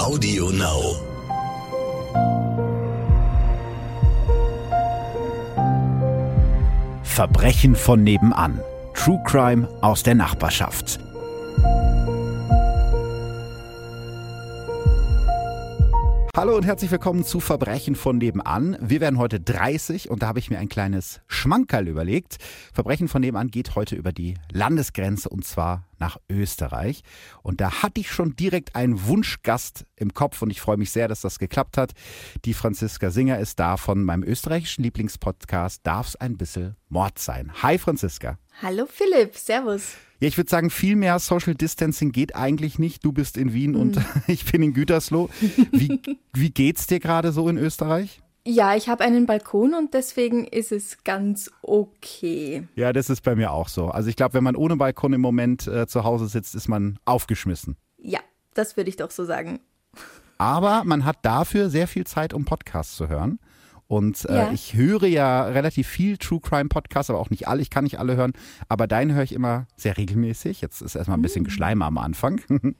Audio Now. Verbrechen von nebenan. True Crime aus der Nachbarschaft. Hallo und herzlich willkommen zu Verbrechen von nebenan. Wir werden heute 30 und da habe ich mir ein kleines Schmankerl überlegt. Verbrechen von nebenan geht heute über die Landesgrenze und zwar nach Österreich. Und da hatte ich schon direkt einen Wunschgast im Kopf und ich freue mich sehr, dass das geklappt hat. Die Franziska Singer ist da von meinem österreichischen Lieblingspodcast Darf's ein bisschen Mord sein. Hi Franziska. Hallo Philipp, servus. Ja, ich würde sagen, viel mehr Social Distancing geht eigentlich nicht. Du bist in Wien und ich bin in Gütersloh. Wie geht's dir gerade so in Österreich? Ja, ich habe einen Balkon und deswegen ist es ganz okay. Ja, das ist bei mir auch so. Also ich glaube, wenn man ohne Balkon im Moment zu Hause sitzt, ist man aufgeschmissen. Ja, das würde ich doch so sagen. Aber man hat dafür sehr viel Zeit, um Podcasts zu hören. Und ich höre ja relativ viel True Crime Podcasts, aber auch nicht alle. Ich kann nicht alle hören. Aber deinen höre ich immer sehr regelmäßig. Jetzt ist erstmal ein bisschen Geschleime am Anfang.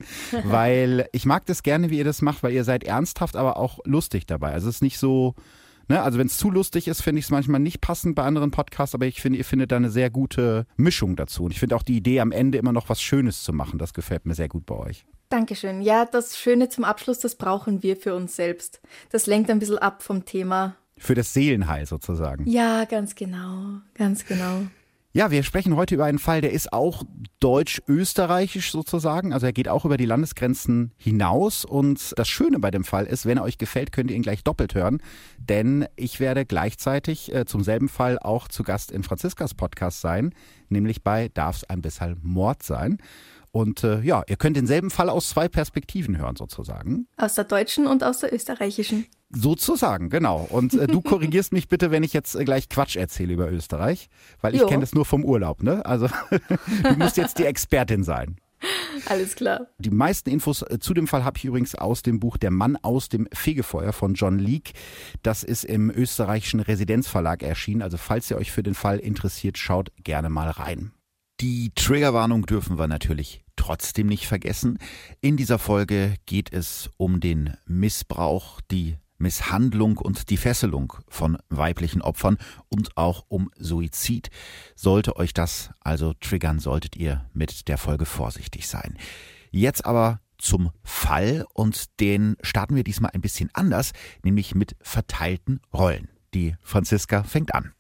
Weil ich mag das gerne, wie ihr das macht, weil ihr seid ernsthaft, aber auch lustig dabei. Also es ist nicht so, ne? Also wenn es zu lustig ist, finde ich es manchmal nicht passend bei anderen Podcasts. Aber ich finde, ihr findet da eine sehr gute Mischung dazu. Und ich finde auch die Idee, am Ende immer noch was Schönes zu machen. Das gefällt mir sehr gut bei euch. Dankeschön. Ja, das Schöne zum Abschluss, das brauchen wir für uns selbst. Das lenkt ein bisschen ab vom Thema. Für das Seelenheil sozusagen. Ja, ganz genau, ganz genau. Ja, wir sprechen heute über einen Fall, der ist auch deutsch-österreichisch sozusagen. Also er geht auch über die Landesgrenzen hinaus. Und das Schöne bei dem Fall ist, wenn er euch gefällt, könnt ihr ihn gleich doppelt hören. Denn ich werde gleichzeitig zum selben Fall auch zu Gast in Franziskas Podcast sein. Nämlich bei Darf's ein bisschen Mord sein. Und ihr könnt denselben Fall aus zwei Perspektiven hören sozusagen. Aus der deutschen und aus der österreichischen. Sozusagen, genau. Und du korrigierst mich bitte, wenn ich jetzt gleich Quatsch erzähle über Österreich, weil ich kenne das nur vom Urlaub, ne? Also du musst jetzt die Expertin sein. Alles klar. Die meisten Infos zu dem Fall habe ich übrigens aus dem Buch Der Mann aus dem Fegefeuer von John Leake. Das ist im österreichischen Residenzverlag erschienen. Also falls ihr euch für den Fall interessiert, schaut gerne mal rein. Die Triggerwarnung dürfen wir natürlich trotzdem nicht vergessen. In dieser Folge geht es um den Missbrauch, die Misshandlung und die Fesselung von weiblichen Opfern und auch um Suizid. Sollte euch das also triggern, solltet ihr mit der Folge vorsichtig sein. Jetzt aber zum Fall und den starten wir diesmal ein bisschen anders, nämlich mit verteilten Rollen. Die Franziska fängt an.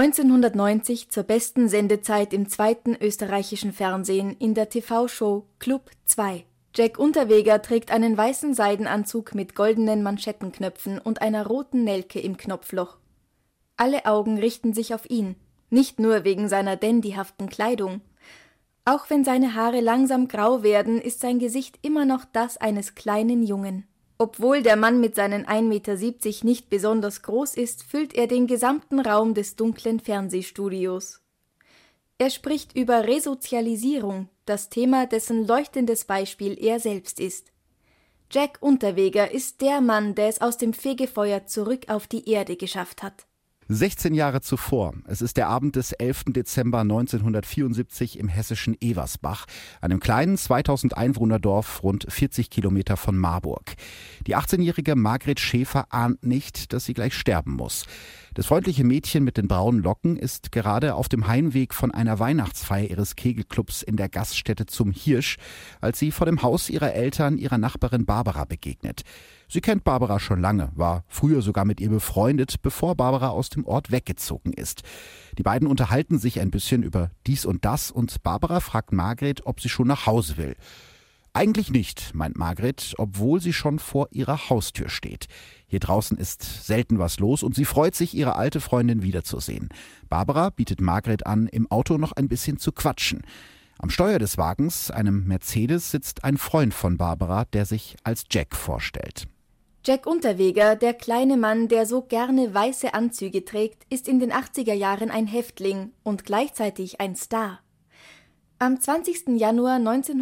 1990 zur besten Sendezeit im zweiten österreichischen Fernsehen in der TV-Show Club 2. Jack Unterweger trägt einen weißen Seidenanzug mit goldenen Manschettenknöpfen und einer roten Nelke im Knopfloch. Alle Augen richten sich auf ihn, nicht nur wegen seiner dandyhaften Kleidung. Auch wenn seine Haare langsam grau werden, ist sein Gesicht immer noch das eines kleinen Jungen. Obwohl der Mann mit seinen 1,70 Meter nicht besonders groß ist, füllt er den gesamten Raum des dunklen Fernsehstudios. Er spricht über Resozialisierung, das Thema, dessen leuchtendes Beispiel er selbst ist. Jack Unterweger ist der Mann, der es aus dem Fegefeuer zurück auf die Erde geschafft hat. 16 Jahre zuvor, es ist der Abend des 11. Dezember 1974 im hessischen Eversbach, einem kleinen 2000 Einwohnerdorf rund 40 Kilometer von Marburg. Die 18-jährige Margret Schäfer ahnt nicht, dass sie gleich sterben muss. Das freundliche Mädchen mit den braunen Locken ist gerade auf dem Heimweg von einer Weihnachtsfeier ihres Kegelclubs in der Gaststätte zum Hirsch, als sie vor dem Haus ihrer Eltern ihrer Nachbarin Barbara begegnet. Sie kennt Barbara schon lange, war früher sogar mit ihr befreundet, bevor Barbara aus dem Ort weggezogen ist. Die beiden unterhalten sich ein bisschen über dies und das und Barbara fragt Margret, ob sie schon nach Hause will. Eigentlich nicht, meint Margret, obwohl sie schon vor ihrer Haustür steht. Hier draußen ist selten was los und sie freut sich, ihre alte Freundin wiederzusehen. Barbara bietet Margret an, im Auto noch ein bisschen zu quatschen. Am Steuer des Wagens, einem Mercedes, sitzt ein Freund von Barbara, der sich als Jack vorstellt. Jack Unterweger, der kleine Mann, der so gerne weiße Anzüge trägt, ist in den 80er Jahren ein Häftling und gleichzeitig ein Star. Am 20. Januar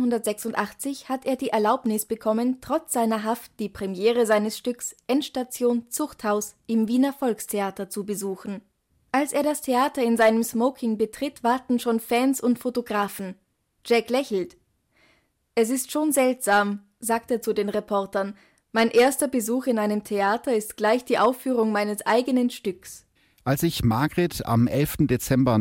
1986 hat er die Erlaubnis bekommen, trotz seiner Haft die Premiere seines Stücks Endstation Zuchthaus im Wiener Volkstheater zu besuchen. Als er das Theater in seinem Smoking betritt, warten schon Fans und Fotografen. Jack lächelt. »Es ist schon seltsam«, sagt er zu den Reportern, Mein erster Besuch in einem Theater ist gleich die Aufführung meines eigenen Stücks. Als sich Margret am 11. Dezember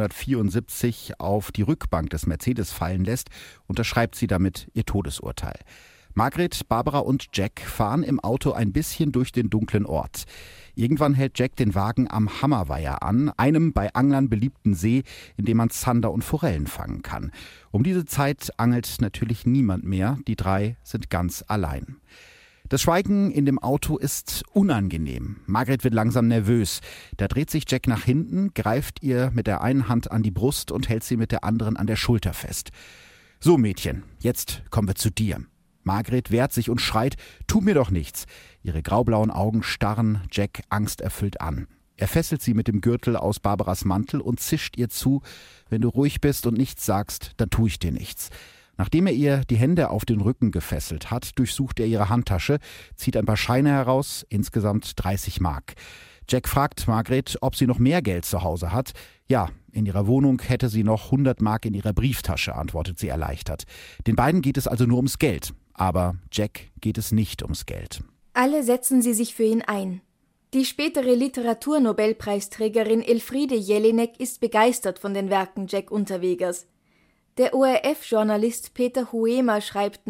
1974 auf die Rückbank des Mercedes fallen lässt, unterschreibt sie damit ihr Todesurteil. Margret, Barbara und Jack fahren im Auto ein bisschen durch den dunklen Ort. Irgendwann hält Jack den Wagen am Hammerweiher an, einem bei Anglern beliebten See, in dem man Zander und Forellen fangen kann. Um diese Zeit angelt natürlich niemand mehr, die drei sind ganz allein. Das Schweigen in dem Auto ist unangenehm. Margret wird langsam nervös. Da dreht sich Jack nach hinten, greift ihr mit der einen Hand an die Brust und hält sie mit der anderen an der Schulter fest. »So, Mädchen, jetzt kommen wir zu dir.« Margret wehrt sich und schreit, »Tu mir doch nichts!« Ihre graublauen Augen starren Jack angsterfüllt an. Er fesselt sie mit dem Gürtel aus Barbaras Mantel und zischt ihr zu, »Wenn du ruhig bist und nichts sagst, dann tue ich dir nichts.« Nachdem er ihr die Hände auf den Rücken gefesselt hat, durchsucht er ihre Handtasche, zieht ein paar Scheine heraus, insgesamt 30 Mark. Jack fragt Margret, ob sie noch mehr Geld zu Hause hat. Ja, in ihrer Wohnung hätte sie noch 100 Mark in ihrer Brieftasche, antwortet sie erleichtert. Den beiden geht es also nur ums Geld. Aber Jack geht es nicht ums Geld. Alle setzen sie sich für ihn ein. Die spätere Literaturnobelpreisträgerin Elfriede Jelinek ist begeistert von den Werken Jack Unterwegers. Der ORF-Journalist Peter Huemer schreibt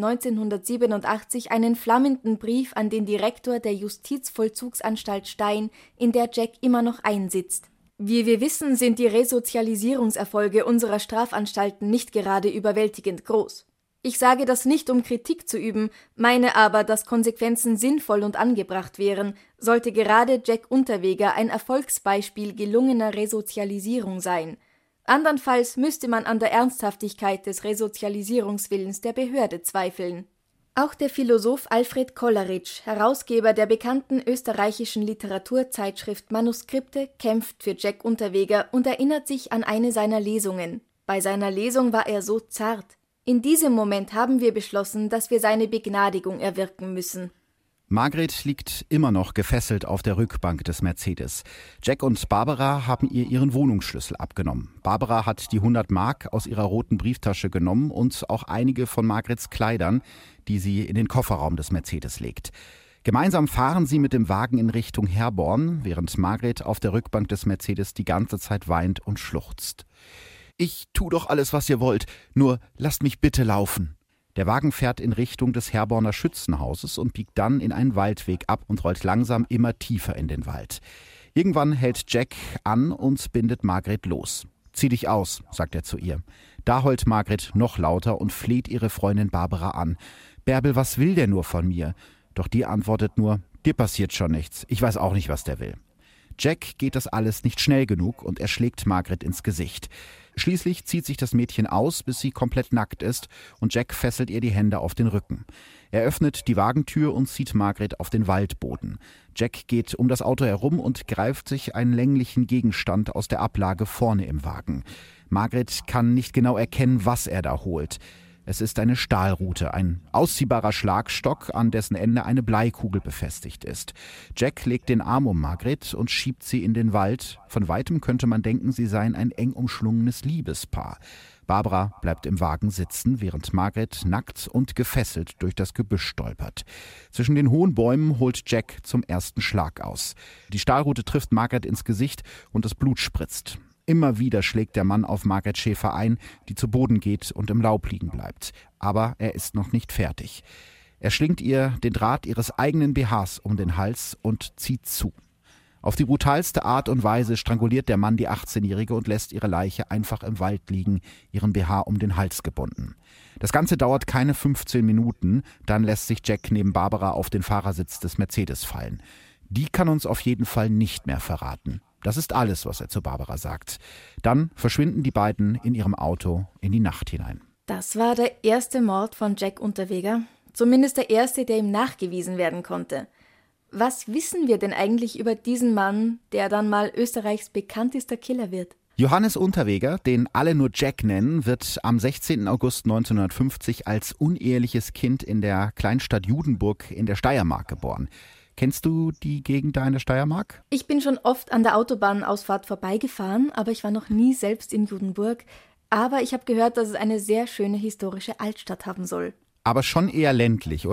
1987 einen flammenden Brief an den Direktor der Justizvollzugsanstalt Stein, in der Jack immer noch einsitzt. Wie wir wissen, sind die Resozialisierungserfolge unserer Strafanstalten nicht gerade überwältigend groß. Ich sage das nicht, um Kritik zu üben, meine aber, dass Konsequenzen sinnvoll und angebracht wären, sollte gerade Jack Unterweger ein Erfolgsbeispiel gelungener Resozialisierung sein. Andernfalls müsste man an der Ernsthaftigkeit des Resozialisierungswillens der Behörde zweifeln. Auch der Philosoph Alfred Kolleritsch, Herausgeber der bekannten österreichischen Literaturzeitschrift Manuskripte, kämpft für Jack Unterweger und erinnert sich an eine seiner Lesungen. Bei seiner Lesung war er so zart. In diesem Moment haben wir beschlossen, dass wir seine Begnadigung erwirken müssen. Margret liegt immer noch gefesselt auf der Rückbank des Mercedes. Jack und Barbara haben ihr ihren Wohnungsschlüssel abgenommen. Barbara hat die 100 Mark aus ihrer roten Brieftasche genommen und auch einige von Margrets Kleidern, die sie in den Kofferraum des Mercedes legt. Gemeinsam fahren sie mit dem Wagen in Richtung Herborn, während Margret auf der Rückbank des Mercedes die ganze Zeit weint und schluchzt. »Ich tu doch alles, was ihr wollt, nur lasst mich bitte laufen.« Der Wagen fährt in Richtung des Herborner Schützenhauses und biegt dann in einen Waldweg ab und rollt langsam immer tiefer in den Wald. Irgendwann hält Jack an und bindet Margret los. »Zieh dich aus«, sagt er zu ihr. Da heult Margret noch lauter und fleht ihre Freundin Barbara an. »Bärbel, was will der nur von mir?« Doch die antwortet nur, »Dir passiert schon nichts, ich weiß auch nicht, was der will.« Jack geht das alles nicht schnell genug und er schlägt Margret ins Gesicht. Schließlich zieht sich das Mädchen aus, bis sie komplett nackt ist und Jack fesselt ihr die Hände auf den Rücken. Er öffnet die Wagentür und zieht Margret auf den Waldboden. Jack geht um das Auto herum und greift sich einen länglichen Gegenstand aus der Ablage vorne im Wagen. Margret kann nicht genau erkennen, was er da holt. Es ist eine Stahlrute, ein ausziehbarer Schlagstock, an dessen Ende eine Bleikugel befestigt ist. Jack legt den Arm um Margret und schiebt sie in den Wald. Von weitem könnte man denken, sie seien ein eng umschlungenes Liebespaar. Barbara bleibt im Wagen sitzen, während Margret nackt und gefesselt durch das Gebüsch stolpert. Zwischen den hohen Bäumen holt Jack zum ersten Schlag aus. Die Stahlrute trifft Margret ins Gesicht und das Blut spritzt. Immer wieder schlägt der Mann auf Margret Schäfer ein, die zu Boden geht und im Laub liegen bleibt. Aber er ist noch nicht fertig. Er schlingt ihr den Draht ihres eigenen BHs um den Hals und zieht zu. Auf die brutalste Art und Weise stranguliert der Mann die 18-Jährige und lässt ihre Leiche einfach im Wald liegen, ihren BH um den Hals gebunden. Das Ganze dauert keine 15 Minuten, dann lässt sich Jack neben Barbara auf den Fahrersitz des Mercedes fallen. Die kann uns auf jeden Fall nicht mehr verraten. Das ist alles, was er zu Barbara sagt. Dann verschwinden die beiden in ihrem Auto in die Nacht hinein. Das war der erste Mord von Jack Unterweger. Zumindest der erste, der ihm nachgewiesen werden konnte. Was wissen wir denn eigentlich über diesen Mann, der dann mal Österreichs bekanntester Killer wird? Johannes Unterweger, den alle nur Jack nennen, wird am 16. August 1950 als uneheliches Kind in der Kleinstadt Judenburg in der Steiermark geboren. Kennst du die Gegend da in der Steiermark? Ich bin schon oft an der Autobahnausfahrt vorbeigefahren, aber ich war noch nie selbst in Judenburg. Aber ich habe gehört, dass es eine sehr schöne historische Altstadt haben soll. Aber schon eher ländlich, oder?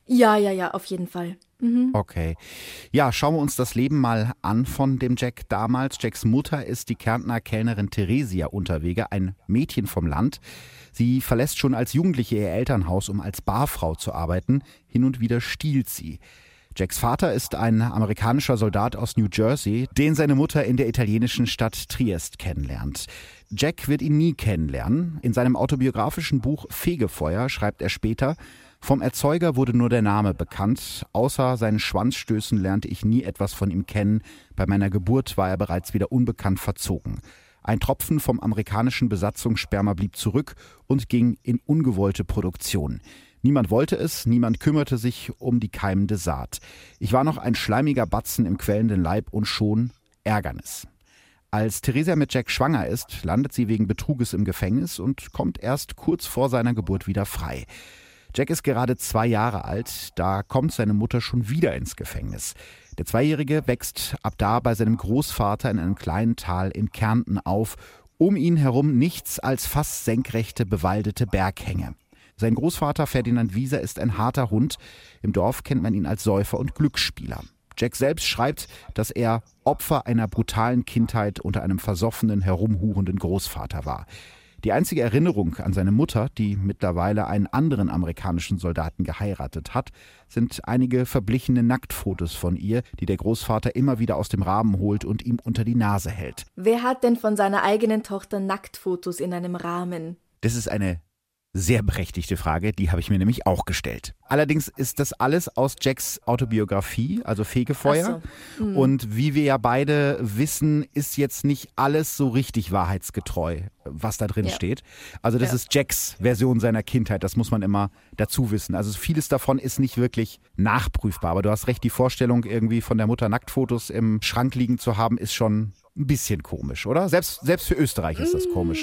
Ja, auf jeden Fall. Okay. Ja, schauen wir uns das Leben mal an von dem Jack damals. Jacks Mutter ist die Kärntner Kellnerin Theresia Unterweger, ein Mädchen vom Land. Sie verlässt schon als Jugendliche ihr Elternhaus, um als Barfrau zu arbeiten. Hin und wieder stiehlt sie. Jacks Vater ist ein amerikanischer Soldat aus New Jersey, den seine Mutter in der italienischen Stadt Triest kennenlernt. Jack wird ihn nie kennenlernen. In seinem autobiografischen Buch Fegefeuer schreibt er später: Vom Erzeuger wurde nur der Name bekannt. Außer seinen Schwanzstößen lernte ich nie etwas von ihm kennen. Bei meiner Geburt war er bereits wieder unbekannt verzogen. Ein Tropfen vom amerikanischen Besatzungssperma blieb zurück und ging in ungewollte Produktion. Niemand wollte es, niemand kümmerte sich um die keimende Saat. Ich war noch ein schleimiger Batzen im quellenden Leib und schon Ärgernis. Als Theresia mit Jack schwanger ist, landet sie wegen Betruges im Gefängnis und kommt erst kurz vor seiner Geburt wieder frei. Jack ist gerade 2 Jahre alt, da kommt seine Mutter schon wieder ins Gefängnis. Der Zweijährige wächst ab da bei seinem Großvater in einem kleinen Tal in Kärnten auf. Um ihn herum nichts als fast senkrechte, bewaldete Berghänge. Sein Großvater Ferdinand Wieser ist ein harter Hund. Im Dorf kennt man ihn als Säufer und Glücksspieler. Jack selbst schreibt, dass er Opfer einer brutalen Kindheit unter einem versoffenen, herumhurenden Großvater war. Die einzige Erinnerung an seine Mutter, die mittlerweile einen anderen amerikanischen Soldaten geheiratet hat, sind einige verblichene Nacktfotos von ihr, die der Großvater immer wieder aus dem Rahmen holt und ihm unter die Nase hält. Wer hat denn von seiner eigenen Tochter Nacktfotos in einem Rahmen? Das ist eine sehr berechtigte Frage, die habe ich mir nämlich auch gestellt. Allerdings ist das alles aus Jacks Autobiografie, also Fegefeuer. Ach so. Und wie wir ja beide wissen, ist jetzt nicht alles so richtig wahrheitsgetreu, was da drin steht. Also das ist Jacks Version seiner Kindheit, das muss man immer dazu wissen. Also vieles davon ist nicht wirklich nachprüfbar. Aber du hast recht, die Vorstellung, irgendwie von der Mutter Nacktfotos im Schrank liegen zu haben, ist schon ein bisschen komisch, oder? Selbst für Österreich ist das komisch.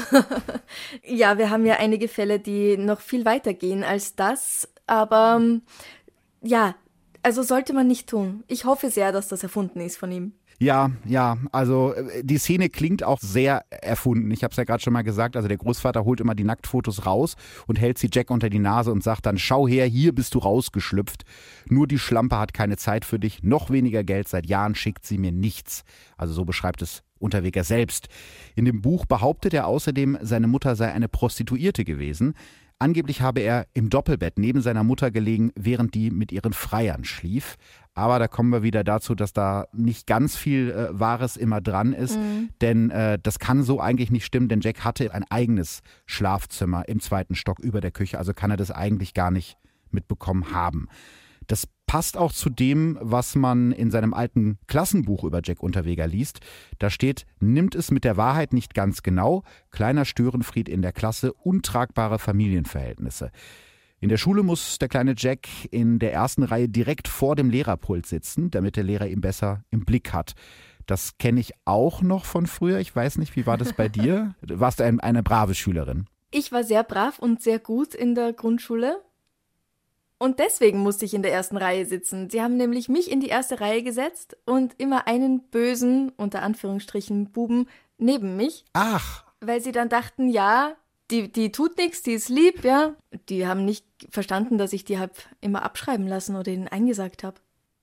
Ja, wir haben ja einige Fälle, die noch viel weiter gehen als das. Aber ja, also sollte man nicht tun. Ich hoffe sehr, dass das erfunden ist von ihm. Ja, also die Szene klingt auch sehr erfunden. Ich habe es ja gerade schon mal gesagt, also der Großvater holt immer die Nacktfotos raus und hält sie Jack unter die Nase und sagt dann: Schau her, hier bist du rausgeschlüpft. Nur die Schlampe hat keine Zeit für dich, noch weniger Geld, seit Jahren schickt sie mir nichts. Also so beschreibt es Unterweger selbst. In dem Buch behauptet er außerdem, seine Mutter sei eine Prostituierte gewesen. Angeblich habe er im Doppelbett neben seiner Mutter gelegen, während die mit ihren Freiern schlief. Aber da kommen wir wieder dazu, dass da nicht ganz viel Wahres immer dran ist. Denn das kann so eigentlich nicht stimmen, denn Jack hatte ein eigenes Schlafzimmer im 2. Stock über der Küche. Also kann er das eigentlich gar nicht mitbekommen haben. Das passt auch zu dem, was man in seinem alten Klassenbuch über Jack Unterweger liest. Da steht: Nimmt es mit der Wahrheit nicht ganz genau, kleiner Störenfried in der Klasse, untragbare Familienverhältnisse. In der Schule muss der kleine Jack in der ersten Reihe direkt vor dem Lehrerpult sitzen, damit der Lehrer ihn besser im Blick hat. Das kenne ich auch noch von früher. Ich weiß nicht, wie war das bei dir? Warst du eine brave Schülerin? Ich war sehr brav und sehr gut in der Grundschule. Und deswegen musste ich in der ersten Reihe sitzen. Sie haben nämlich mich in die erste Reihe gesetzt und immer einen bösen, unter Anführungsstrichen, Buben neben mich. Ach. Weil sie dann dachten, ja, die tut nichts, die ist lieb, ja. Die haben nicht verstanden, dass ich die halt immer abschreiben lassen oder ihnen eingesagt habe.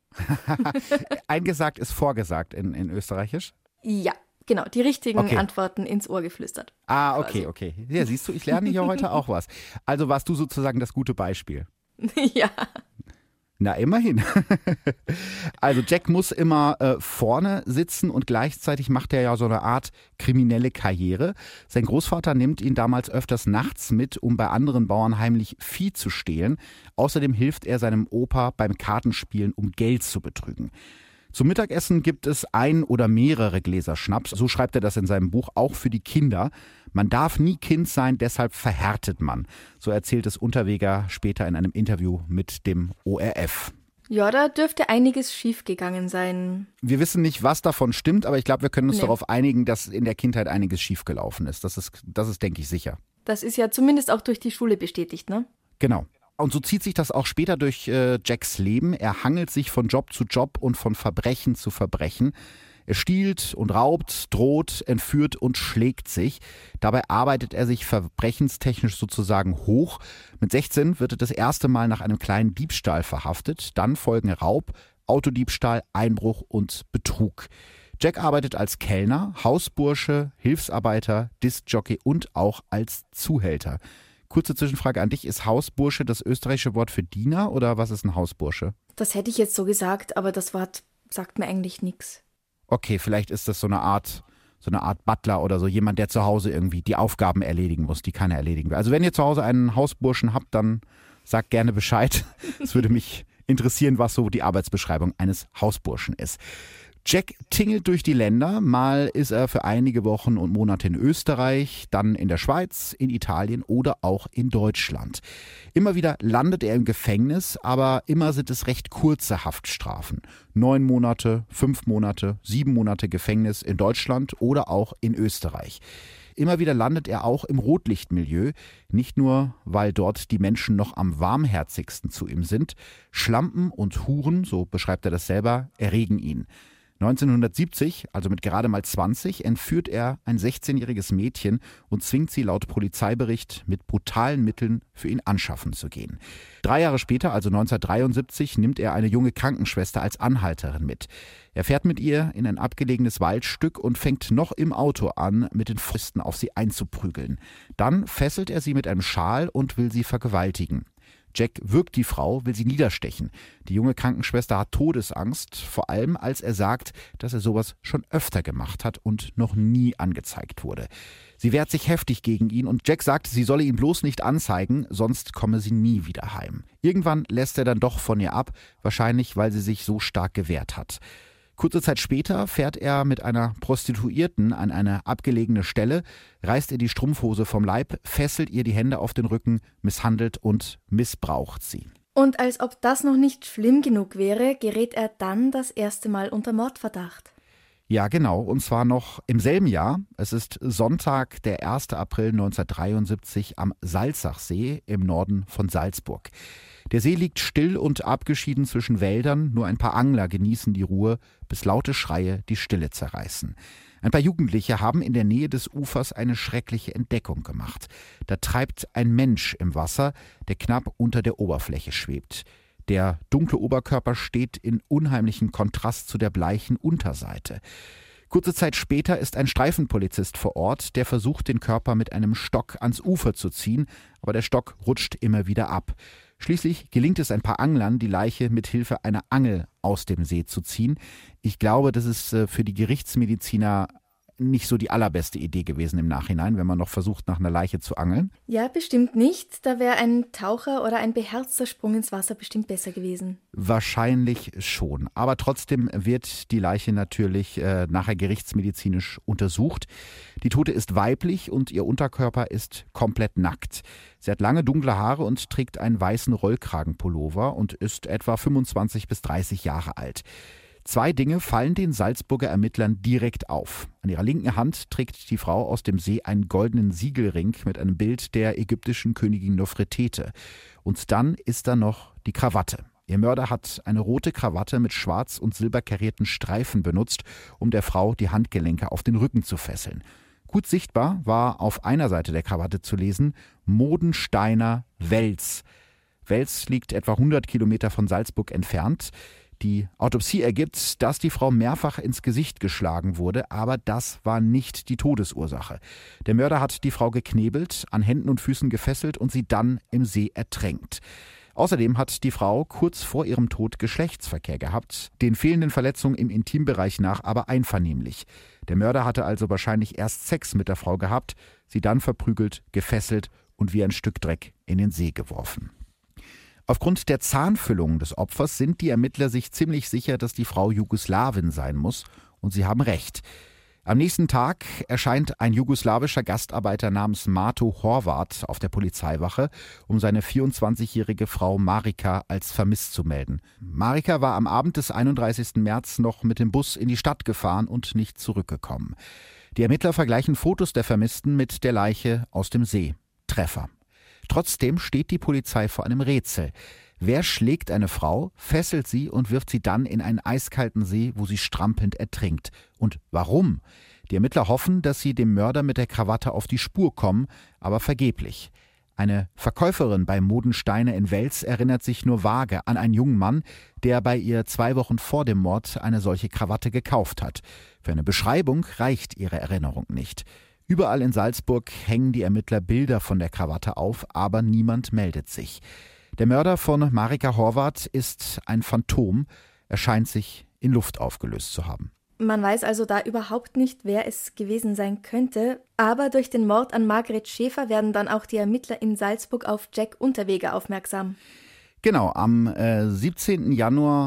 Eingesagt ist vorgesagt in Österreichisch? Ja, genau. Die richtigen Antworten ins Ohr geflüstert. Ah, okay. Ja, siehst du, ich lerne hier heute auch was. Also warst du sozusagen das gute Beispiel. Ja. Na, immerhin. Also Jack muss immer vorne sitzen und gleichzeitig macht er ja so eine Art kriminelle Karriere. Sein Großvater nimmt ihn damals öfters nachts mit, um bei anderen Bauern heimlich Vieh zu stehlen. Außerdem hilft er seinem Opa beim Kartenspielen, um Geld zu betrügen. Zum Mittagessen gibt es ein oder mehrere Gläser Schnaps. So schreibt er das in seinem Buch, auch für die Kinder. Man darf nie Kind sein, deshalb verhärtet man. So erzählt es Unterweger später in einem Interview mit dem ORF. Ja, da dürfte einiges schiefgegangen sein. Wir wissen nicht, was davon stimmt, aber ich glaube, wir können uns darauf einigen, dass in der Kindheit einiges schiefgelaufen ist. Das ist, denke ich, sicher. Das ist ja zumindest auch durch die Schule bestätigt, ne? Genau. Und so zieht sich das auch später durch Jacks Leben. Er hangelt sich von Job zu Job und von Verbrechen zu Verbrechen. Er stiehlt und raubt, droht, entführt und schlägt sich. Dabei arbeitet er sich verbrechenstechnisch sozusagen hoch. Mit 16 wird er das erste Mal nach einem kleinen Diebstahl verhaftet. Dann folgen Raub, Autodiebstahl, Einbruch und Betrug. Jack arbeitet als Kellner, Hausbursche, Hilfsarbeiter, Diskjockey und auch als Zuhälter. Kurze Zwischenfrage an dich, ist Hausbursche das österreichische Wort für Diener oder was ist ein Hausbursche? Das hätte ich jetzt so gesagt, aber das Wort sagt mir eigentlich nichts. Okay, vielleicht ist das so eine Art Butler oder so, jemand, der zu Hause irgendwie die Aufgaben erledigen muss, die keiner erledigen will. Also wenn ihr zu Hause einen Hausburschen habt, dann sagt gerne Bescheid. Es würde mich interessieren, was so die Arbeitsbeschreibung eines Hausburschen ist. Jack tingelt durch die Länder, mal ist er für einige Wochen und Monate in Österreich, dann in der Schweiz, in Italien oder auch in Deutschland. Immer wieder landet er im Gefängnis, aber immer sind es recht kurze Haftstrafen. 9 Monate, 5 Monate, 7 Monate Gefängnis in Deutschland oder auch in Österreich. Immer wieder landet er auch im Rotlichtmilieu, nicht nur, weil dort die Menschen noch am warmherzigsten zu ihm sind. Schlampen und Huren, so beschreibt er das selber, erregen ihn. 1970, also mit gerade mal 20, entführt er ein 16-jähriges Mädchen und zwingt sie laut Polizeibericht mit brutalen Mitteln für ihn anschaffen zu gehen. 3 Jahre später, also 1973, nimmt er eine junge Krankenschwester als Anhalterin mit. Er fährt mit ihr in ein abgelegenes Waldstück und fängt noch im Auto an, mit den Fäusten auf sie einzuprügeln. Dann fesselt er sie mit einem Schal und will sie vergewaltigen. Jack würgt die Frau, will sie niederstechen. Die junge Krankenschwester hat Todesangst, vor allem als er sagt, dass er sowas schon öfter gemacht hat und noch nie angezeigt wurde. Sie wehrt sich heftig gegen ihn und Jack sagt, sie solle ihn bloß nicht anzeigen, sonst komme sie nie wieder heim. Irgendwann lässt er dann doch von ihr ab, wahrscheinlich weil sie sich so stark gewehrt hat. Kurze Zeit später fährt er mit einer Prostituierten an eine abgelegene Stelle, reißt ihr die Strumpfhose vom Leib, fesselt ihr die Hände auf den Rücken, misshandelt und missbraucht sie. Und als ob das noch nicht schlimm genug wäre, gerät er dann das erste Mal unter Mordverdacht. Ja, genau, und zwar noch im selben Jahr. Es ist Sonntag, der 1. April 1973 am Salzachsee im Norden von Salzburg. Der See liegt still und abgeschieden zwischen Wäldern, nur ein paar Angler genießen die Ruhe, bis laute Schreie die Stille zerreißen. Ein paar Jugendliche haben in der Nähe des Ufers eine schreckliche Entdeckung gemacht. Da treibt ein Mensch im Wasser, der knapp unter der Oberfläche schwebt. Der dunkle Oberkörper steht in unheimlichem Kontrast zu der bleichen Unterseite. Kurze Zeit später ist ein Streifenpolizist vor Ort, der versucht, den Körper mit einem Stock ans Ufer zu ziehen, aber der Stock rutscht immer wieder ab. Schließlich gelingt es ein paar Anglern, die Leiche mit Hilfe einer Angel aus dem See zu ziehen. Ich glaube, das ist für die Gerichtsmediziner nicht so die allerbeste Idee gewesen im Nachhinein, wenn man noch versucht, nach einer Leiche zu angeln. Ja, bestimmt nicht. Da wäre ein Taucher oder ein beherzter Sprung ins Wasser bestimmt besser gewesen. Wahrscheinlich schon. Aber trotzdem wird die Leiche natürlich nachher gerichtsmedizinisch untersucht. Die Tote ist weiblich und ihr Unterkörper ist komplett nackt. Sie hat lange dunkle Haare und trägt einen weißen Rollkragenpullover und ist etwa 25 bis 30 Jahre alt. 2 Dinge fallen den Salzburger Ermittlern direkt auf. An ihrer linken Hand trägt die Frau aus dem See einen goldenen Siegelring mit einem Bild der ägyptischen Königin Nofretete. Und dann ist da noch die Krawatte. Ihr Mörder hat eine rote Krawatte mit schwarz und silber karierten Streifen benutzt, um der Frau die Handgelenke auf den Rücken zu fesseln. Gut sichtbar war auf einer Seite der Krawatte zu lesen: Modensteiner Wels. Wels liegt etwa 100 Kilometer von Salzburg entfernt. Die Autopsie ergibt, dass die Frau mehrfach ins Gesicht geschlagen wurde, aber das war nicht die Todesursache. Der Mörder hat die Frau geknebelt, an Händen und Füßen gefesselt und sie dann im See ertränkt. Außerdem hat die Frau kurz vor ihrem Tod Geschlechtsverkehr gehabt, den fehlenden Verletzungen im Intimbereich nach aber einvernehmlich. Der Mörder hatte also wahrscheinlich erst Sex mit der Frau gehabt, sie dann verprügelt, gefesselt und wie ein Stück Dreck in den See geworfen. Aufgrund der Zahnfüllung des Opfers sind die Ermittler sich ziemlich sicher, dass die Frau Jugoslawin sein muss, und sie haben recht. Am nächsten Tag erscheint ein jugoslawischer Gastarbeiter namens Mato Horvat auf der Polizeiwache, um seine 24-jährige Frau Marika als vermisst zu melden. Marika war am Abend des 31. März noch mit dem Bus in die Stadt gefahren und nicht zurückgekommen. Die Ermittler vergleichen Fotos der Vermissten mit der Leiche aus dem See. Treffer. Trotzdem steht die Polizei vor einem Rätsel. Wer schlägt eine Frau, fesselt sie und wirft sie dann in einen eiskalten See, wo sie strampelnd ertrinkt? Und warum? Die Ermittler hoffen, dass sie dem Mörder mit der Krawatte auf die Spur kommen, aber vergeblich. Eine Verkäuferin bei Modensteine in Wels erinnert sich nur vage an einen jungen Mann, der bei ihr 2 Wochen vor dem Mord eine solche Krawatte gekauft hat. Für eine Beschreibung reicht ihre Erinnerung nicht. Überall in Salzburg hängen die Ermittler Bilder von der Krawatte auf, aber niemand meldet sich. Der Mörder von Marika Horvath ist ein Phantom. Er scheint sich in Luft aufgelöst zu haben. Man weiß also da überhaupt nicht, wer es gewesen sein könnte. Aber durch den Mord an Margret Schäfer werden dann auch die Ermittler in Salzburg auf Jack Unterweger aufmerksam. Genau, am 17. Januar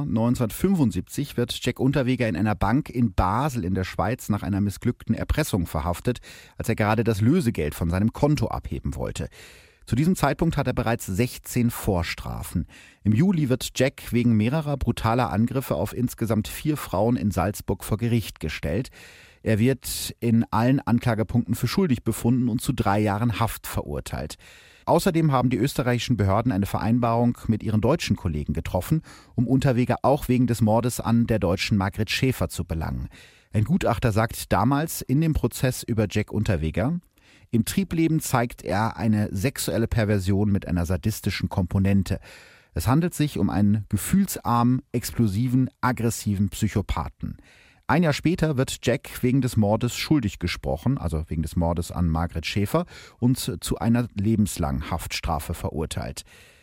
1975 wird Jack Unterweger in einer Bank in Basel in der Schweiz nach einer missglückten Erpressung verhaftet, als er gerade das Lösegeld von seinem Konto abheben wollte. Zu diesem Zeitpunkt hat er bereits 16 Vorstrafen. Im Juli wird Jack wegen mehrerer brutaler Angriffe auf insgesamt 4 Frauen in Salzburg vor Gericht gestellt. Er wird in allen Anklagepunkten für schuldig befunden und zu 3 Jahren Haft verurteilt. Außerdem haben die österreichischen Behörden eine Vereinbarung mit ihren deutschen Kollegen getroffen, um Unterweger auch wegen des Mordes an der deutschen Margret Schäfer zu belangen. Ein Gutachter sagt damals in dem Prozess über Jack Unterweger: Im Triebleben zeigt er eine sexuelle Perversion mit einer sadistischen Komponente. Es handelt sich um einen gefühlsarmen, explosiven, aggressiven Psychopathen. Ein Jahr später wird Jack wegen des Mordes schuldig gesprochen, also wegen des Mordes an Margret Schäfer, und zu einer lebenslangen Haftstrafe verurteilt.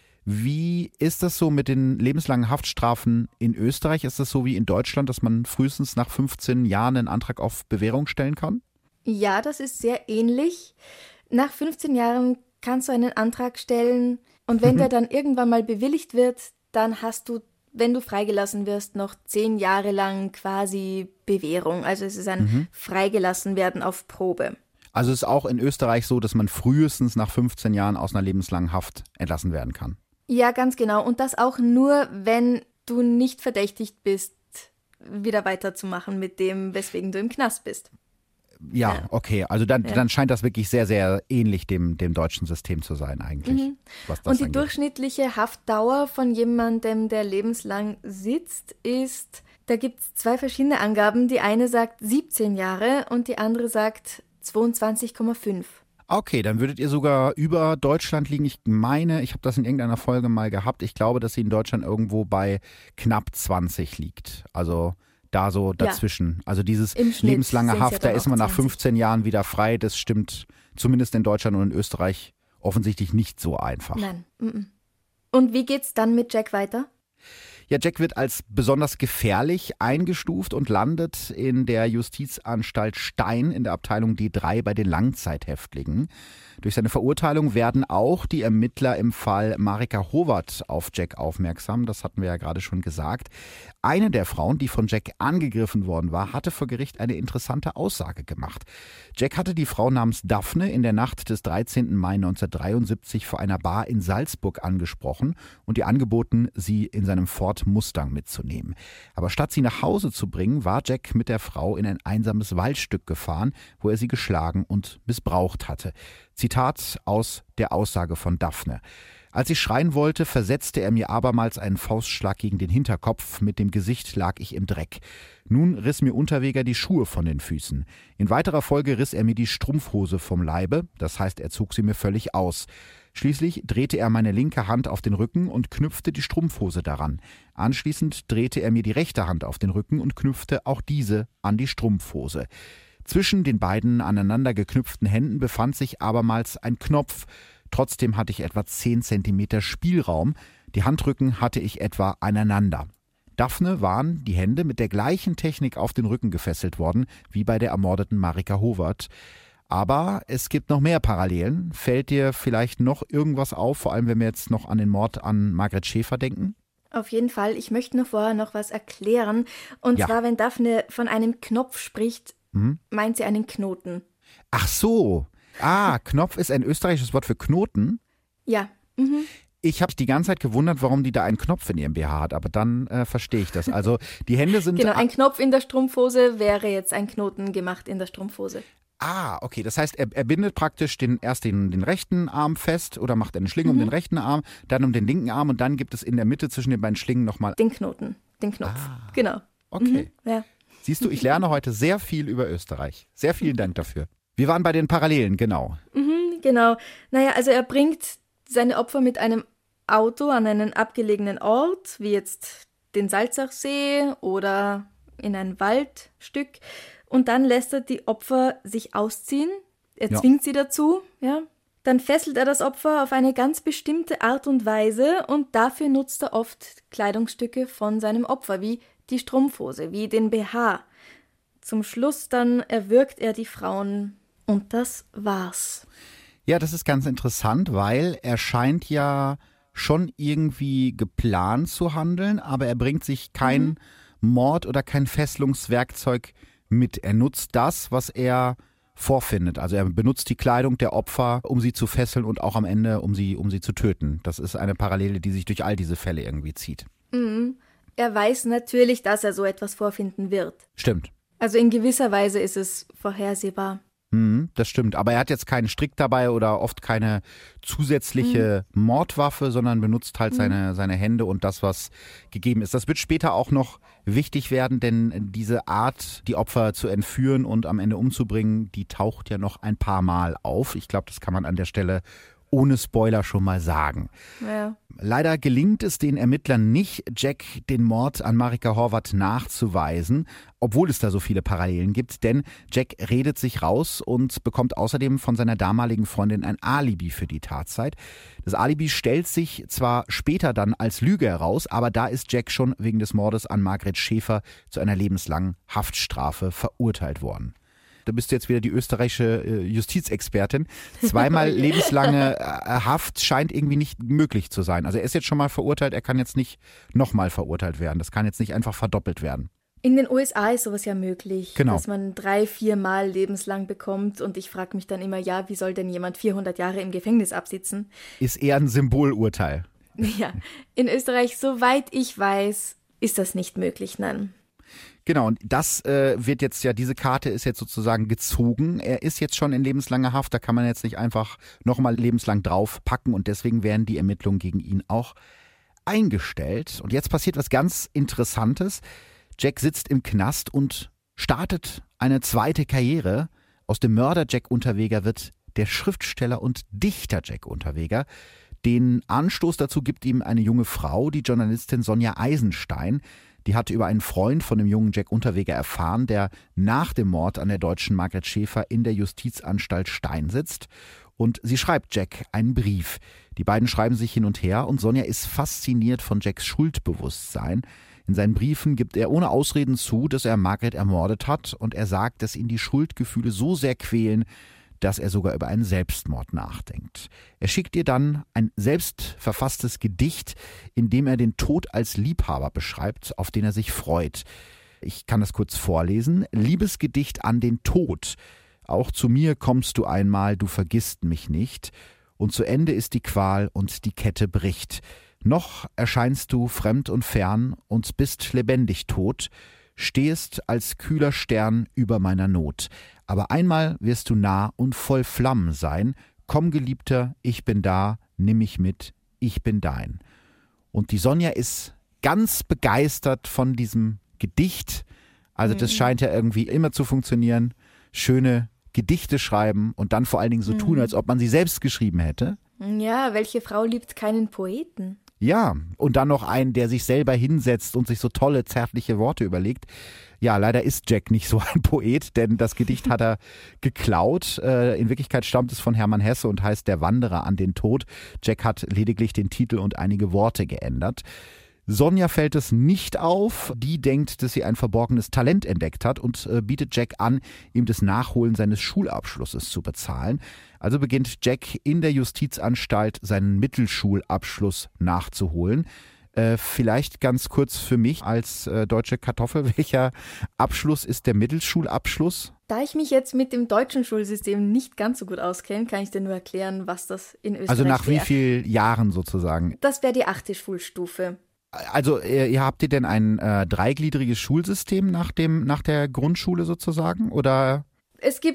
Wie ist das so mit den lebenslangen Haftstrafen in Österreich? Ist das so wie in Deutschland, dass man frühestens nach 15 Jahren einen Antrag auf Bewährung stellen kann? Ja, das ist sehr ähnlich. Nach 15 Jahren kannst du einen Antrag stellen und wenn der dann irgendwann mal bewilligt wird, dann hast du, wenn du freigelassen wirst, noch 10 Jahre lang quasi Bewährung. Also es ist ein Freigelassenwerden auf Probe. Also ist auch in Österreich so, dass man frühestens nach 15 Jahren aus einer lebenslangen Haft entlassen werden kann? Ja, ganz genau. Und das auch nur, wenn du nicht verdächtigt bist, wieder weiterzumachen mit dem, weswegen du im Knast bist. Ja, okay. Also dann scheint das wirklich sehr, sehr ähnlich dem deutschen System zu sein eigentlich. Was das Und die angeht. durchschnittliche Haftdauer von jemandem, der lebenslang sitzt, ist, da gibt es 2 verschiedene Angaben. Die eine sagt 17 Jahre und die andere sagt 22,5. Okay, dann würdet ihr sogar über Deutschland liegen. Ich meine, ich habe das in irgendeiner Folge mal gehabt. Ich glaube, dass sie in Deutschland irgendwo bei knapp 20 liegt. Also da so dazwischen. Ja. Also dieses lebenslange Haft, da ist man nach 15 Jahren wieder frei. Das stimmt zumindest in Deutschland und in Österreich offensichtlich nicht so einfach. Nein. Und wie geht's dann mit Jack weiter? Ja, Jack wird als besonders gefährlich eingestuft und landet in der Justizanstalt Stein in der Abteilung D3 bei den Langzeithäftlingen. Durch seine Verurteilung werden auch die Ermittler im Fall Marika Horvath auf Jack aufmerksam. Das hatten wir ja gerade schon gesagt. Eine der Frauen, die von Jack angegriffen worden war, hatte vor Gericht eine interessante Aussage gemacht. Jack hatte die Frau namens Daphne in der Nacht des 13. Mai 1973 vor einer Bar in Salzburg angesprochen und ihr angeboten, sie in seinem Ford Mustang mitzunehmen. Aber statt sie nach Hause zu bringen, war Jack mit der Frau in ein einsames Waldstück gefahren, wo er sie geschlagen und missbraucht hatte. Zitat aus der Aussage von Daphne: Als ich schreien wollte, versetzte er mir abermals einen Faustschlag gegen den Hinterkopf. Mit dem Gesicht lag ich im Dreck. Nun riss mir Unterweger die Schuhe von den Füßen. In weiterer Folge riss er mir die Strumpfhose vom Leibe, das heißt, er zog sie mir völlig aus. Schließlich drehte er meine linke Hand auf den Rücken und knüpfte die Strumpfhose daran. Anschließend drehte er mir die rechte Hand auf den Rücken und knüpfte auch diese an die Strumpfhose. Zwischen den beiden aneinander geknüpften Händen befand sich abermals ein Knopf. Trotzdem hatte ich etwa 10 Zentimeter Spielraum. Die Handrücken hatte ich etwa aneinander. Daphne waren die Hände mit der gleichen Technik auf den Rücken gefesselt worden, wie bei der ermordeten Marika Horvath. Aber es gibt noch mehr Parallelen. Fällt dir vielleicht noch irgendwas auf, vor allem wenn wir jetzt noch an den Mord an Margret Schäfer denken? Auf jeden Fall. Ich möchte nur vorher noch was erklären. Und zwar, wenn Daphne von einem Knopf spricht, meint sie einen Knoten. Ach so. Knopf ist ein österreichisches Wort für Knoten? Ja. Ich habe die ganze Zeit gewundert, warum die da einen Knopf in ihrem BH hat, aber dann verstehe ich das. Also die Hände sind... Genau, ein Knopf in der Strumpfhose wäre jetzt ein Knoten gemacht in der Strumpfhose. Ah, okay. Das heißt, er bindet praktisch erst den rechten Arm fest oder macht eine Schlinge um den rechten Arm, dann um den linken Arm und dann gibt es in der Mitte zwischen den beiden Schlingen nochmal den Knoten, den Knopf. Genau. Okay. Ja. Siehst du, ich lerne heute sehr viel über Österreich. Sehr vielen Dank dafür. Wir waren bei den Parallelen, genau. Genau. Naja, also er bringt seine Opfer mit einem Auto an einen abgelegenen Ort, wie jetzt den Salzachsee oder in ein Waldstück. Und dann lässt er die Opfer sich ausziehen. Er zwingt sie dazu, ja. Dann fesselt er das Opfer auf eine ganz bestimmte Art und Weise und dafür nutzt er oft Kleidungsstücke von seinem Opfer, wie die Strumpfhose, wie den BH. Zum Schluss dann erwürgt er die Frauen und das war's. Ja, das ist ganz interessant, weil er scheint ja schon irgendwie geplant zu handeln, aber er bringt sich kein Mord oder kein Fesselungswerkzeug mit. Er nutzt das, was er vorfindet. Also er benutzt die Kleidung der Opfer, um sie zu fesseln und auch am Ende, um sie zu töten. Das ist eine Parallele, die sich durch all diese Fälle irgendwie zieht. Er weiß natürlich, dass er so etwas vorfinden wird. Stimmt. Also in gewisser Weise ist es vorhersehbar. Das stimmt, aber er hat jetzt keinen Strick dabei oder oft keine zusätzliche Mordwaffe, sondern benutzt halt seine Hände und das, was gegeben ist. Das wird später auch noch wichtig werden, denn diese Art, die Opfer zu entführen und am Ende umzubringen, die taucht ja noch ein paar Mal auf. Ich glaube, das kann man an der Stelle ohne Spoiler schon mal sagen. Ja. Leider gelingt es den Ermittlern nicht, Jack den Mord an Marika Horvath nachzuweisen, obwohl es da so viele Parallelen gibt, denn Jack redet sich raus und bekommt außerdem von seiner damaligen Freundin ein Alibi für die Tatzeit. Das Alibi stellt sich zwar später dann als Lüge heraus, aber da ist Jack schon wegen des Mordes an Margret Schäfer zu einer lebenslangen Haftstrafe verurteilt worden. Da bist du jetzt wieder die österreichische Justizexpertin. Zweimal lebenslange Haft scheint irgendwie nicht möglich zu sein. Also er ist jetzt schon mal verurteilt, er kann jetzt nicht nochmal verurteilt werden. Das kann jetzt nicht einfach verdoppelt werden. In den USA ist sowas ja möglich, Genau. dass man 3-4 Mal lebenslang bekommt. Und ich frage mich dann immer, ja, wie soll denn jemand 400 Jahre im Gefängnis absitzen? Ist eher ein Symbolurteil. Ja, in Österreich, soweit ich weiß, ist das nicht möglich, nein. Genau, und das wird jetzt ja, diese Karte ist jetzt sozusagen gezogen. Er ist jetzt schon in lebenslanger Haft, da kann man jetzt nicht einfach nochmal lebenslang draufpacken und deswegen werden die Ermittlungen gegen ihn auch eingestellt. Und jetzt passiert was ganz Interessantes. Jack sitzt im Knast und startet eine zweite Karriere. Aus dem Mörder Jack Unterweger wird der Schriftsteller und Dichter Jack Unterweger. Den Anstoß dazu gibt ihm eine junge Frau, die Journalistin Sonja Eisenstein. Die hatte über einen Freund von dem jungen Jack Unterweger erfahren, der nach dem Mord an der deutschen Margret Schäfer in der Justizanstalt Stein sitzt. Und sie schreibt Jack einen Brief. Die beiden schreiben sich hin und her und Sonja ist fasziniert von Jacks Schuldbewusstsein. In seinen Briefen gibt er ohne Ausreden zu, dass er Margret ermordet hat und er sagt, dass ihn die Schuldgefühle so sehr quälen, dass er sogar über einen Selbstmord nachdenkt. Er schickt ihr dann ein selbst verfasstes Gedicht, in dem er den Tod als Liebhaber beschreibt, auf den er sich freut. Ich kann das kurz vorlesen. Liebesgedicht an den Tod. Auch zu mir kommst du einmal, du vergisst mich nicht. Und zu Ende ist die Qual und die Kette bricht. Noch erscheinst du fremd und fern und bist lebendig tot, stehest als kühler Stern über meiner Not. Aber einmal wirst du nah und voll Flammen sein. Komm, Geliebter, ich bin da, nimm mich mit, ich bin dein. Und die Sonja ist ganz begeistert von diesem Gedicht. Also das scheint ja irgendwie immer zu funktionieren. Schöne Gedichte schreiben und dann vor allen Dingen so tun, als ob man sie selbst geschrieben hätte. Ja, welche Frau liebt keinen Poeten? Ja, und dann noch einen, der sich selber hinsetzt und sich so tolle, zärtliche Worte überlegt. Ja, leider ist Jack nicht so ein Poet, denn das Gedicht hat er geklaut. In Wirklichkeit stammt es von Hermann Hesse und heißt Der Wanderer an den Tod. Jack hat lediglich den Titel und einige Worte geändert. Sonja fällt es nicht auf. Die denkt, dass sie ein verborgenes Talent entdeckt hat und bietet Jack an, ihm das Nachholen seines Schulabschlusses zu bezahlen. Also beginnt Jack in der Justizanstalt seinen Mittelschulabschluss nachzuholen. Vielleicht ganz kurz für mich als deutsche Kartoffel, welcher Abschluss ist der Mittelschulabschluss? Da ich mich jetzt mit dem deutschen Schulsystem nicht ganz so gut auskenne, kann ich dir nur erklären, was das in Österreich Also nach wäre. wie vielen Jahren sozusagen? Das wäre die 8. Schulstufe. Also habt ihr denn ein dreigliedriges Schulsystem nach der Grundschule sozusagen? Oder? Es gibt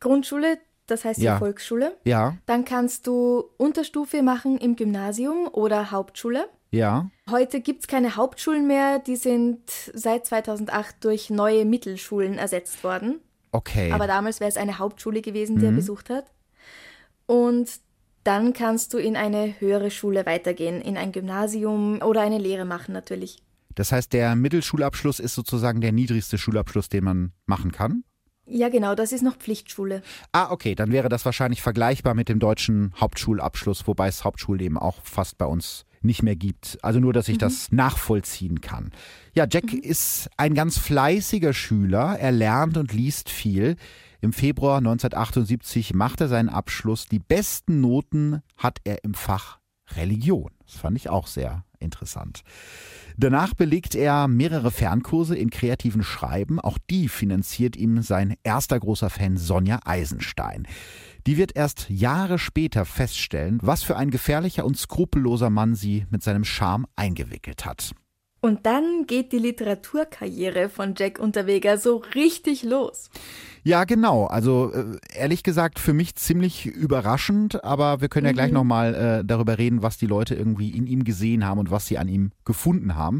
Grundschule, das heißt ja Volksschule. Ja. Dann kannst du Unterstufe machen im Gymnasium oder Hauptschule. Ja. Heute gibt es keine Hauptschulen mehr, die sind seit 2008 durch neue Mittelschulen ersetzt worden. Okay. Aber damals wäre es eine Hauptschule gewesen, die er besucht hat. Und dann kannst du in eine höhere Schule weitergehen, in ein Gymnasium oder eine Lehre machen natürlich. Das heißt, der Mittelschulabschluss ist sozusagen der niedrigste Schulabschluss, den man machen kann? Ja, genau, das ist noch Pflichtschule. Ah, okay, dann wäre das wahrscheinlich vergleichbar mit dem deutschen Hauptschulabschluss, wobei es Hauptschulen eben auch fast bei uns nicht mehr gibt. Also nur, dass ich das nachvollziehen kann. Ja, Jack ist ein ganz fleißiger Schüler. Er lernt und liest viel. Im Februar 1978 macht er seinen Abschluss. Die besten Noten hat er im Fach Religion. Das fand ich auch sehr interessant. Danach belegt er mehrere Fernkurse in kreativen Schreiben. Auch die finanziert ihm sein erster großer Fan Sonja Eisenstein. Die wird erst Jahre später feststellen, was für ein gefährlicher und skrupelloser Mann sie mit seinem Charme eingewickelt hat. Und dann geht die Literaturkarriere von Jack Unterweger so richtig los. Ja, genau. Also ehrlich gesagt für mich ziemlich überraschend, aber wir können ja gleich nochmal darüber reden, was die Leute irgendwie in ihm gesehen haben und was sie an ihm gefunden haben.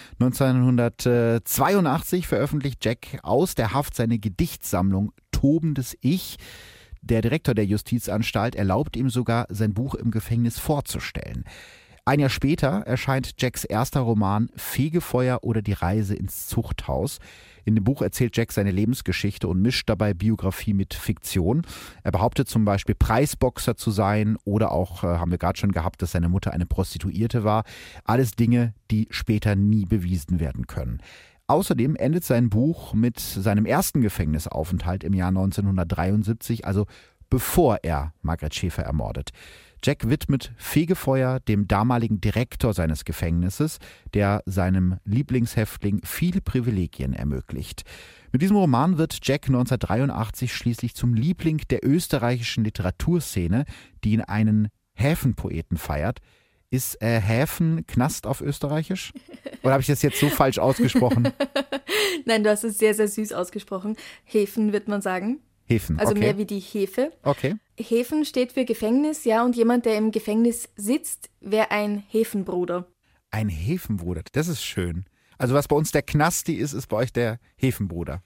1982 veröffentlicht Jack aus der Haft seine Gedichtsammlung Tobendes Ich. Der Direktor der Justizanstalt erlaubt ihm sogar, sein Buch im Gefängnis vorzustellen. Ein Jahr später erscheint Jacks erster Roman Fegefeuer oder die Reise ins Zuchthaus. In dem Buch erzählt Jack seine Lebensgeschichte und mischt dabei Biografie mit Fiktion. Er behauptet zum Beispiel, Preisboxer zu sein oder auch, haben wir gerade schon gehabt, dass seine Mutter eine Prostituierte war. Alles Dinge, die später nie bewiesen werden können. Außerdem endet sein Buch mit seinem ersten Gefängnisaufenthalt im Jahr 1973, also bevor er Margret Schäfer ermordet. Jack widmet Fegefeuer dem damaligen Direktor seines Gefängnisses, der seinem Lieblingshäftling viele Privilegien ermöglicht. Mit diesem Roman wird Jack 1983 schließlich zum Liebling der österreichischen Literaturszene, die ihn einen Häfenpoeten feiert. Ist Häfen Knast auf Österreichisch? Oder habe ich das jetzt so falsch ausgesprochen? Nein, du hast es sehr, sehr süß ausgesprochen. Häfen wird man sagen. Häfen, also okay. Mehr wie die Hefe. Okay. Häfen steht für Gefängnis, ja, und jemand, der im Gefängnis sitzt, wäre ein Häfenbruder. Ein Häfenbruder, das ist schön. Also was bei uns der Knasti ist, ist bei euch der Häfenbruder.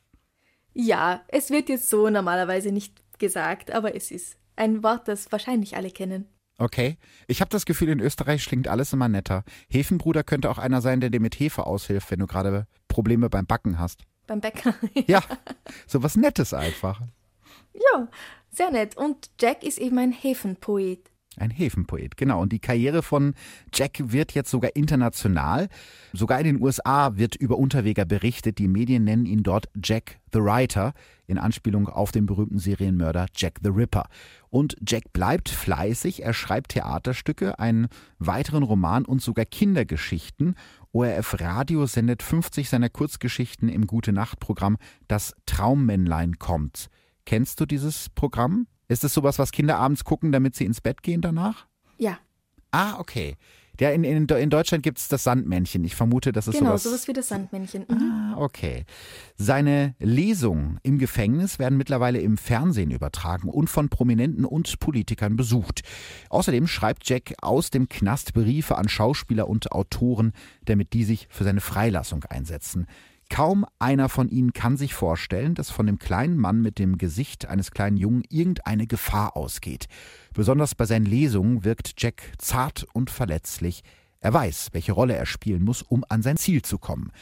Ja, es wird jetzt so normalerweise nicht gesagt, aber es ist ein Wort, das wahrscheinlich alle kennen. Okay. Ich habe das Gefühl, in Österreich klingt alles immer netter. Hefenbruder könnte auch einer sein, der dir mit Hefe aushilft, wenn du gerade Probleme beim Backen hast. Beim Bäcker? Ja, so was Nettes einfach. Ja, sehr nett. Und Jack ist eben ein Häfenpoet. Ein Häfenpoet, genau. Und die Karriere von Jack wird jetzt sogar international. Sogar in den USA wird über Unterweger berichtet. Die Medien nennen ihn dort Jack the Writer, in Anspielung auf den berühmten Serienmörder Jack the Ripper. Und Jack bleibt fleißig. Er schreibt Theaterstücke, einen weiteren Roman und sogar Kindergeschichten. ORF Radio sendet 50 seiner Kurzgeschichten im Gute-Nacht-Programm Das Traummännlein kommt. Kennst du dieses Programm? Ist es sowas, was Kinder abends gucken, damit sie ins Bett gehen danach? Ja. Ah, okay. Ja, in Deutschland gibt es das Sandmännchen. Ich vermute, das ist sowas wie das Sandmännchen. Ah, okay. Seine Lesungen im Gefängnis werden mittlerweile im Fernsehen übertragen und von Prominenten und Politikern besucht. Außerdem schreibt Jack aus dem Knast Briefe an Schauspieler und Autoren, damit die sich für seine Freilassung einsetzen. Kaum einer von ihnen kann sich vorstellen, dass von dem kleinen Mann mit dem Gesicht eines kleinen Jungen irgendeine Gefahr ausgeht. Besonders bei seinen Lesungen wirkt Jack zart und verletzlich. Er weiß, welche Rolle er spielen muss, um an sein Ziel zu kommen.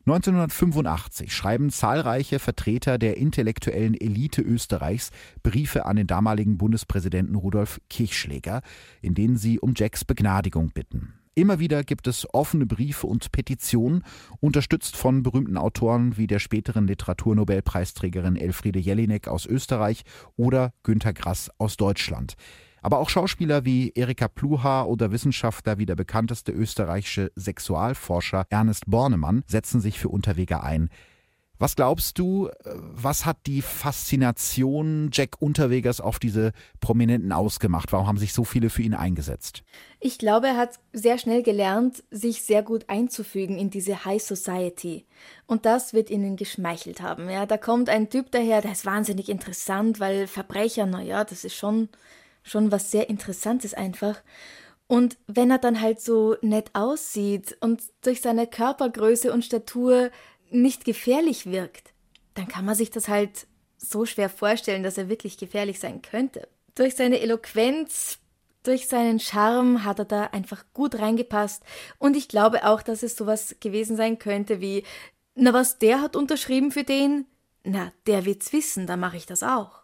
1985 schreiben zahlreiche Vertreter der intellektuellen Elite Österreichs Briefe an den damaligen Bundespräsidenten Rudolf Kirchschläger, in denen sie um Jacks Begnadigung bitten. Immer wieder gibt es offene Briefe und Petitionen, unterstützt von berühmten Autoren wie der späteren Literaturnobelpreisträgerin Elfriede Jelinek aus Österreich oder Günter Grass aus Deutschland. Aber auch Schauspieler wie Erika Pluhar oder Wissenschaftler wie der bekannteste österreichische Sexualforscher Ernest Bornemann setzen sich für Unterweger ein. Was glaubst du, was hat die Faszination Jack Unterwegers auf diese Prominenten ausgemacht? Warum haben sich so viele für ihn eingesetzt? Ich glaube, er hat sehr schnell gelernt, sich sehr gut einzufügen in diese High Society. Und das wird ihnen geschmeichelt haben. Ja, da kommt ein Typ daher, der ist wahnsinnig interessant, weil Verbrecher, naja, das ist schon was sehr Interessantes einfach. Und wenn er dann halt so nett aussieht und durch seine Körpergröße und Statur nicht gefährlich wirkt, dann kann man sich das halt so schwer vorstellen, dass er wirklich gefährlich sein könnte. Durch seine Eloquenz, durch seinen Charme hat er da einfach gut reingepasst. Und ich glaube auch, dass es sowas gewesen sein könnte wie, na was, der hat unterschrieben für den? Na, der wird's wissen, dann mache ich das auch.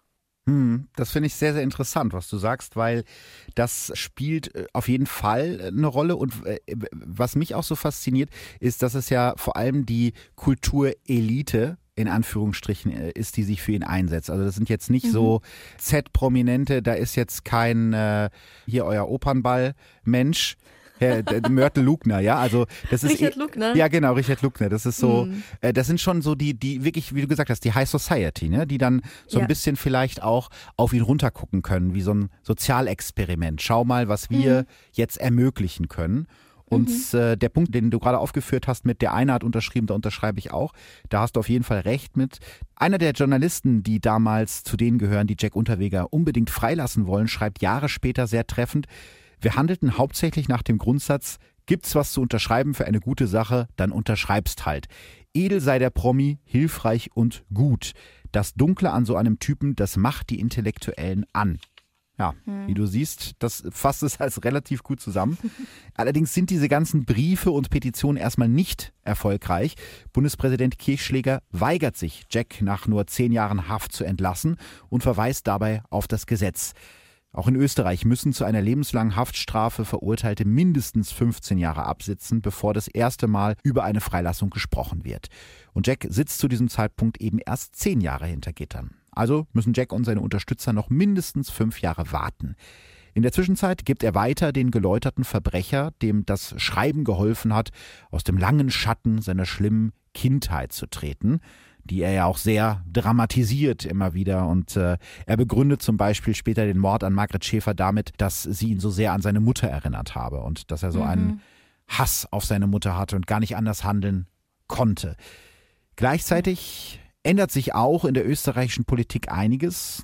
Das finde ich sehr, sehr interessant, was du sagst, weil das spielt auf jeden Fall eine Rolle. Und was mich auch so fasziniert, ist, dass es ja vor allem die Kulturelite in Anführungsstrichen ist, die sich für ihn einsetzt. Also das sind jetzt nicht so Z-Prominente, da ist jetzt kein hier euer Opernball-Mensch, Herr Mörtel Lugner, ja, also das ist Richard Lugner? Ja, genau, Richard Lugner. Das ist so, das sind schon so die wirklich, wie du gesagt hast, die High Society, ne, die dann so ein bisschen vielleicht auch auf ihn runtergucken können, wie so ein Sozialexperiment. Schau mal, was wir jetzt ermöglichen können. Und der Punkt, den du gerade aufgeführt hast, mit der eine hat unterschrieben, da unterschreibe ich auch. Da hast du auf jeden Fall recht mit. Einer der Journalisten, die damals zu denen gehören, die Jack Unterweger unbedingt freilassen wollen, schreibt Jahre später sehr treffend: Wir handelten hauptsächlich nach dem Grundsatz, gibt's was zu unterschreiben für eine gute Sache, dann unterschreibst halt. Edel sei der Promi, hilfreich und gut. Das Dunkle an so einem Typen, das macht die Intellektuellen an. Ja, wie du siehst, das fasst es als relativ gut zusammen. Allerdings sind diese ganzen Briefe und Petitionen erstmal nicht erfolgreich. Bundespräsident Kirchschläger weigert sich, Jack nach nur 10 Jahren Haft zu entlassen und verweist dabei auf das Gesetz. Auch in Österreich müssen zu einer lebenslangen Haftstrafe Verurteilte mindestens 15 Jahre absitzen, bevor das erste Mal über eine Freilassung gesprochen wird. Und Jack sitzt zu diesem Zeitpunkt eben erst 10 Jahre hinter Gittern. Also müssen Jack und seine Unterstützer noch mindestens 5 Jahre warten. In der Zwischenzeit gibt er weiter den geläuterten Verbrecher, dem das Schreiben geholfen hat, aus dem langen Schatten seiner schlimmen Kindheit zu treten, die er ja auch sehr dramatisiert immer wieder. Und er begründet zum Beispiel später den Mord an Margret Schäfer damit, dass sie ihn so sehr an seine Mutter erinnert habe und dass er so einen Hass auf seine Mutter hatte und gar nicht anders handeln konnte. Gleichzeitig ändert sich auch in der österreichischen Politik einiges.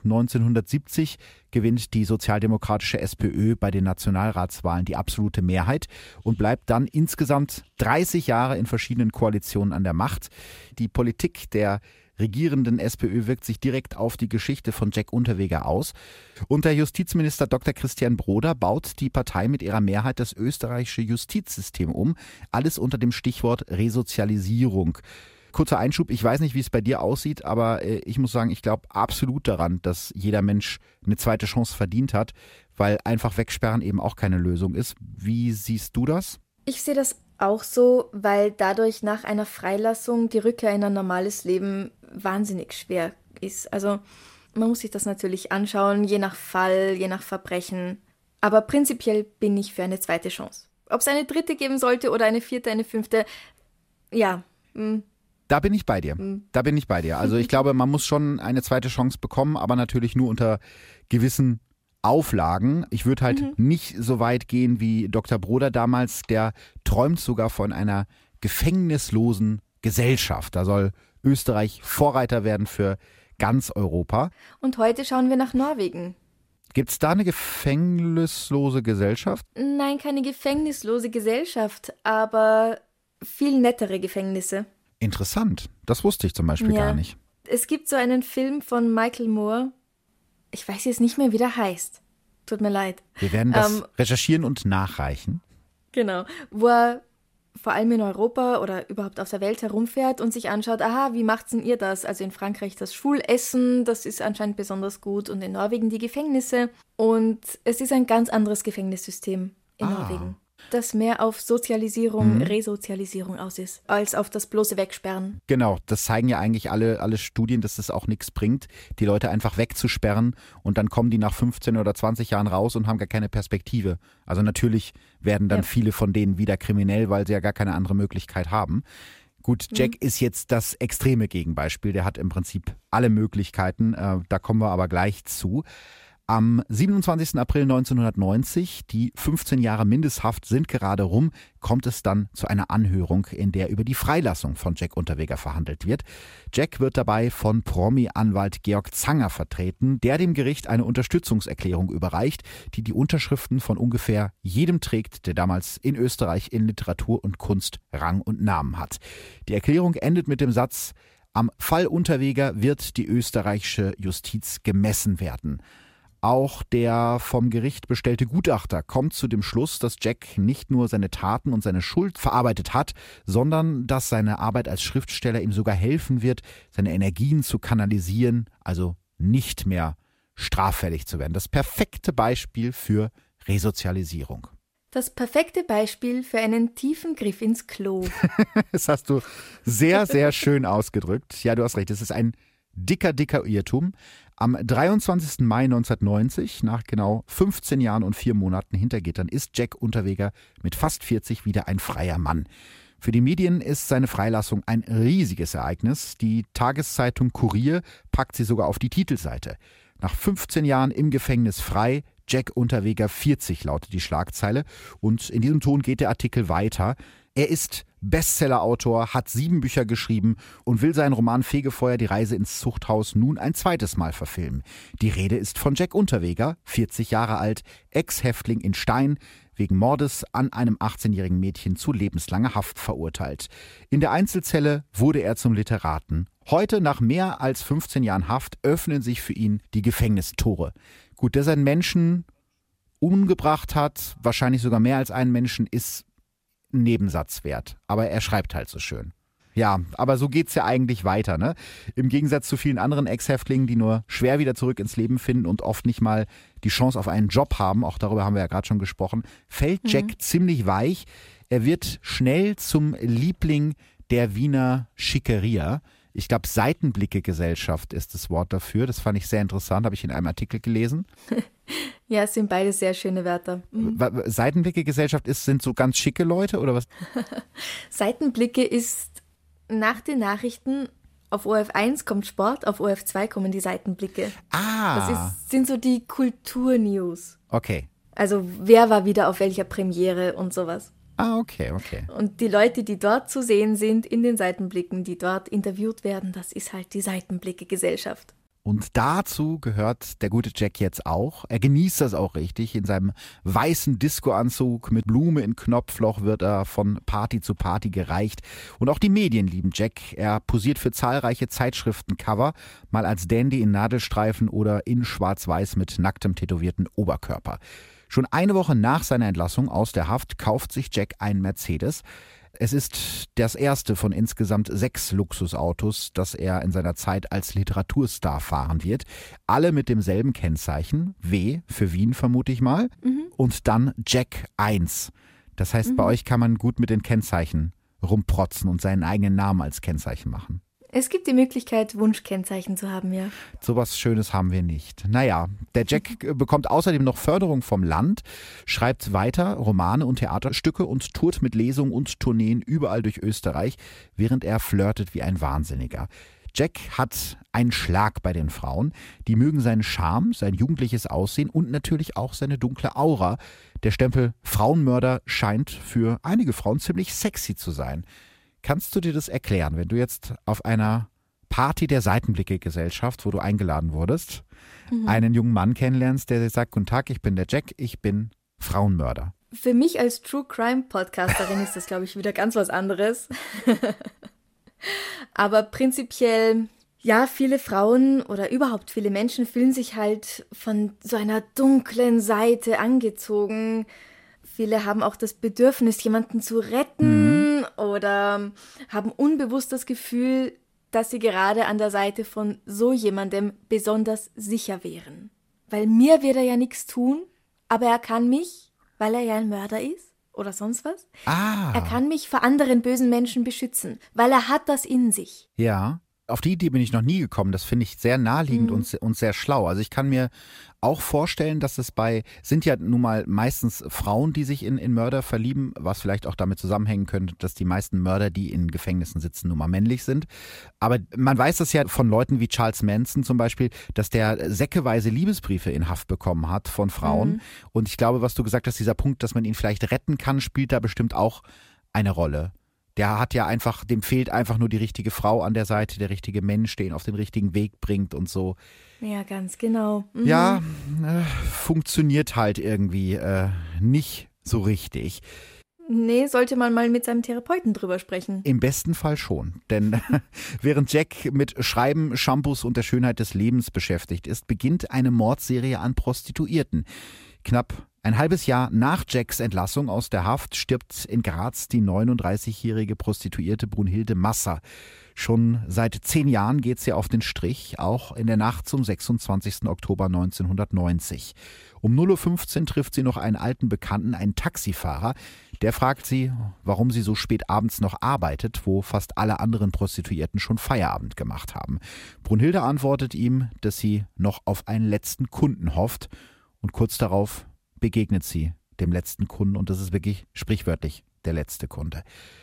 1970 gewinnt die sozialdemokratische SPÖ bei den Nationalratswahlen die absolute Mehrheit und bleibt dann insgesamt 30 Jahre in verschiedenen Koalitionen an der Macht. Die Politik der regierenden SPÖ wirkt sich direkt auf die Geschichte von Jack Unterweger aus. Unter Justizminister Dr. Christian Broda baut die Partei mit ihrer Mehrheit das österreichische Justizsystem um. Alles unter dem Stichwort Resozialisierung. Kurzer Einschub, ich weiß nicht, wie es bei dir aussieht, aber ich muss sagen, ich glaube absolut daran, dass jeder Mensch eine zweite Chance verdient hat, weil einfach wegsperren eben auch keine Lösung ist. Wie siehst du das? Ich sehe das auch so, weil dadurch nach einer Freilassung die Rückkehr in ein normales Leben wahnsinnig schwer ist. Also man muss sich das natürlich anschauen, je nach Fall, je nach Verbrechen. Aber prinzipiell bin ich für eine zweite Chance. Ob es eine dritte geben sollte oder eine vierte, eine fünfte, ja. Da bin ich bei dir. Also ich glaube, man muss schon eine zweite Chance bekommen, aber natürlich nur unter gewissen Auflagen. Ich würde halt nicht so weit gehen wie Dr. Broda damals, der träumt sogar von einer gefängnislosen Gesellschaft. Da soll Österreich Vorreiter werden für ganz Europa. Und heute schauen wir nach Norwegen. Gibt es da eine gefängnislose Gesellschaft? Nein, keine gefängnislose Gesellschaft, aber viel nettere Gefängnisse. Interessant. Das wusste ich zum Beispiel gar nicht. Es gibt so einen Film von Michael Moore. Ich weiß jetzt nicht mehr, wie der heißt. Tut mir leid. Wir werden das recherchieren und nachreichen. Genau. Wo er vor allem in Europa oder überhaupt auf der Welt herumfährt und sich anschaut, aha, wie macht's denn ihr das? Also in Frankreich das Schulessen, das ist anscheinend besonders gut, und in Norwegen die Gefängnisse. Und es ist ein ganz anderes Gefängnissystem in Norwegen, das mehr auf Sozialisierung, Resozialisierung aus ist, als auf das bloße Wegsperren. Genau, das zeigen ja eigentlich alle Studien, dass das auch nichts bringt, die Leute einfach wegzusperren und dann kommen die nach 15 oder 20 Jahren raus und haben gar keine Perspektive. Also natürlich werden dann viele von denen wieder kriminell, weil sie ja gar keine andere Möglichkeit haben. Gut, Jack ist jetzt das extreme Gegenbeispiel. Der hat im Prinzip alle Möglichkeiten. Da kommen wir aber gleich zu. Am 27. April 1990, die 15 Jahre Mindesthaft sind gerade rum, kommt es dann zu einer Anhörung, in der über die Freilassung von Jack Unterweger verhandelt wird. Jack wird dabei von Promi-Anwalt Georg Zanger vertreten, der dem Gericht eine Unterstützungserklärung überreicht, die die Unterschriften von ungefähr jedem trägt, der damals in Österreich in Literatur und Kunst Rang und Namen hat. Die Erklärung endet mit dem Satz: Am Fall Unterweger wird die österreichische Justiz gemessen werden. Auch der vom Gericht bestellte Gutachter kommt zu dem Schluss, dass Jack nicht nur seine Taten und seine Schuld verarbeitet hat, sondern dass seine Arbeit als Schriftsteller ihm sogar helfen wird, seine Energien zu kanalisieren, also nicht mehr straffällig zu werden. Das perfekte Beispiel für Resozialisierung. Das perfekte Beispiel für einen tiefen Griff ins Klo. Das hast du sehr, sehr schön ausgedrückt. Ja, du hast recht, es ist ein dicker Irrtum. Am 23. Mai 1990, nach genau 15 Jahren und 4 Monaten Hintergittern, ist Jack Unterweger mit fast 40 wieder ein freier Mann. Für die Medien ist seine Freilassung ein riesiges Ereignis. Die Tageszeitung Kurier packt sie sogar auf die Titelseite. Nach 15 Jahren im Gefängnis frei, Jack Unterweger 40 lautet die Schlagzeile. Und in diesem Ton geht der Artikel weiter. Er ist Bestsellerautor, hat 7 Bücher geschrieben und will seinen Roman Fegefeuer, die Reise ins Zuchthaus, nun ein zweites Mal verfilmen. Die Rede ist von Jack Unterweger, 40 Jahre alt, Ex-Häftling in Stein, wegen Mordes an einem 18-jährigen Mädchen zu lebenslanger Haft verurteilt. In der Einzelzelle wurde er zum Literaten. Heute, nach mehr als 15 Jahren Haft, öffnen sich für ihn die Gefängnistore. Gut, dass er einen Menschen umgebracht hat, wahrscheinlich sogar mehr als einen Menschen, ist Nebensatz wert. Aber er schreibt halt so schön. Ja, aber so geht's ja eigentlich weiter, ne? Im Gegensatz zu vielen anderen Ex-Häftlingen, die nur schwer wieder zurück ins Leben finden und oft nicht mal die Chance auf einen Job haben, auch darüber haben wir ja gerade schon gesprochen, fällt Jack ziemlich weich. Er wird schnell zum Liebling der Wiener Schickeria. Ich glaube, Seitenblicke-Gesellschaft ist das Wort dafür. Das fand ich sehr interessant, habe ich in einem Artikel gelesen. Ja, es sind beide sehr schöne Wörter. Seitenblicke-Gesellschaft sind so ganz schicke Leute oder was? Seitenblicke ist nach den Nachrichten, auf ORF1 kommt Sport, auf ORF2 kommen die Seitenblicke. Das sind so die Kulturnews. Okay. Also wer war wieder auf welcher Premiere und sowas. Okay. Und die Leute, die dort zu sehen sind, in den Seitenblicken, die dort interviewt werden, das ist halt die Seitenblicke-Gesellschaft. Und dazu gehört der gute Jack jetzt auch. Er genießt das auch richtig. In seinem weißen Discoanzug mit Blume in Knopfloch wird er von Party zu Party gereicht. Und auch die Medien lieben Jack. Er posiert für zahlreiche Zeitschriftencover, mal als Dandy in Nadelstreifen oder in Schwarz-Weiß mit nacktem tätowierten Oberkörper. Schon eine Woche nach seiner Entlassung aus der Haft kauft sich Jack einen Mercedes. Es ist das erste von insgesamt 6 Luxusautos, das er in seiner Zeit als Literaturstar fahren wird. Alle mit demselben Kennzeichen, W für Wien vermute ich mal, und dann Jack 1. Das heißt, bei euch kann man gut mit den Kennzeichen rumprotzen und seinen eigenen Namen als Kennzeichen machen. Es gibt die Möglichkeit, Wunschkennzeichen zu haben, ja. Sowas Schönes haben wir nicht. Naja, der Jack bekommt außerdem noch Förderung vom Land, schreibt weiter Romane und Theaterstücke und tourt mit Lesungen und Tourneen überall durch Österreich, während er flirtet wie ein Wahnsinniger. Jack hat einen Schlag bei den Frauen. Die mögen seinen Charme, sein jugendliches Aussehen und natürlich auch seine dunkle Aura. Der Stempel Frauenmörder scheint für einige Frauen ziemlich sexy zu sein. Kannst du dir das erklären, wenn du jetzt auf einer Party der Seitenblicke-Gesellschaft, wo du eingeladen wurdest, einen jungen Mann kennenlernst, der dir sagt, guten Tag, ich bin der Jack, ich bin Frauenmörder? Für mich als True Crime Podcasterin ist das, glaube ich, wieder ganz was anderes. Aber prinzipiell, ja, viele Frauen oder überhaupt viele Menschen fühlen sich halt von so einer dunklen Seite angezogen. Viele haben auch das Bedürfnis, jemanden zu retten oder haben unbewusst das Gefühl, dass sie gerade an der Seite von so jemandem besonders sicher wären. Weil mir wird er ja nichts tun, aber er kann mich, weil er ja ein Mörder ist oder sonst was, er kann mich vor anderen bösen Menschen beschützen, weil er hat das in sich. Ja. Auf die Idee bin ich noch nie gekommen. Das finde ich sehr naheliegend und sehr schlau. Also ich kann mir auch vorstellen, dass sind ja nun mal meistens Frauen, die sich in Mörder verlieben, was vielleicht auch damit zusammenhängen könnte, dass die meisten Mörder, die in Gefängnissen sitzen, nun mal männlich sind. Aber man weiß das ja von Leuten wie Charles Manson zum Beispiel, dass der säckeweise Liebesbriefe in Haft bekommen hat von Frauen. Und ich glaube, was du gesagt hast, dieser Punkt, dass man ihn vielleicht retten kann, spielt da bestimmt auch eine Rolle. Dem fehlt einfach nur die richtige Frau an der Seite, der richtige Mensch, der ihn auf den richtigen Weg bringt und so. Ja, ganz genau. Ja, funktioniert halt irgendwie nicht so richtig. Nee, sollte man mal mit seinem Therapeuten drüber sprechen. Im besten Fall schon. Denn während Jack mit Schreiben, Shampoos und der Schönheit des Lebens beschäftigt ist, beginnt eine Mordserie an Prostituierten. Knapp ein halbes Jahr nach Jacks Entlassung aus der Haft stirbt in Graz die 39-jährige Prostituierte Brunhilde Masser. Schon seit 10 Jahren geht sie auf den Strich, auch in der Nacht zum 26. Oktober 1990. Um 0:15 Uhr trifft sie noch einen alten Bekannten, einen Taxifahrer. Der fragt sie, warum sie so spät abends noch arbeitet, wo fast alle anderen Prostituierten schon Feierabend gemacht haben. Brunhilde antwortet ihm, dass sie noch auf einen letzten Kunden hofft. Und kurz darauf begegnet sie dem letzten Kunden und das ist wirklich sprichwörtlich der letzte Kunde.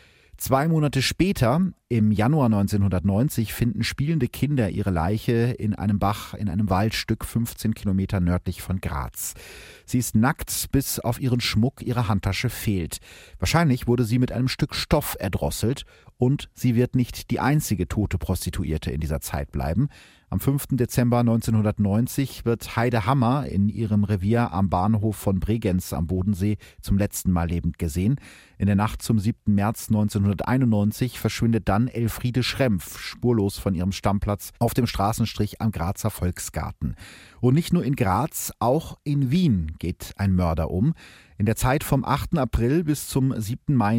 2 Monate später, im Januar 1990, finden spielende Kinder ihre Leiche in einem Bach, in einem Waldstück 15 Kilometer nördlich von Graz. Sie ist nackt, bis auf ihren Schmuck ihre Handtasche fehlt. Wahrscheinlich wurde sie mit einem Stück Stoff erdrosselt und sie wird nicht die einzige tote Prostituierte in dieser Zeit bleiben. Am 5. Dezember 1990 wird Heide Hammer in ihrem Revier am Bahnhof von Bregenz am Bodensee zum letzten Mal lebend gesehen. In der Nacht zum 7. März 1991 verschwindet dann Elfriede Schrempf spurlos von ihrem Stammplatz auf dem Straßenstrich am Grazer Volksgarten. Und nicht nur in Graz, auch in Wien geht ein Mörder um. In der Zeit vom 8. April bis zum 7. Mai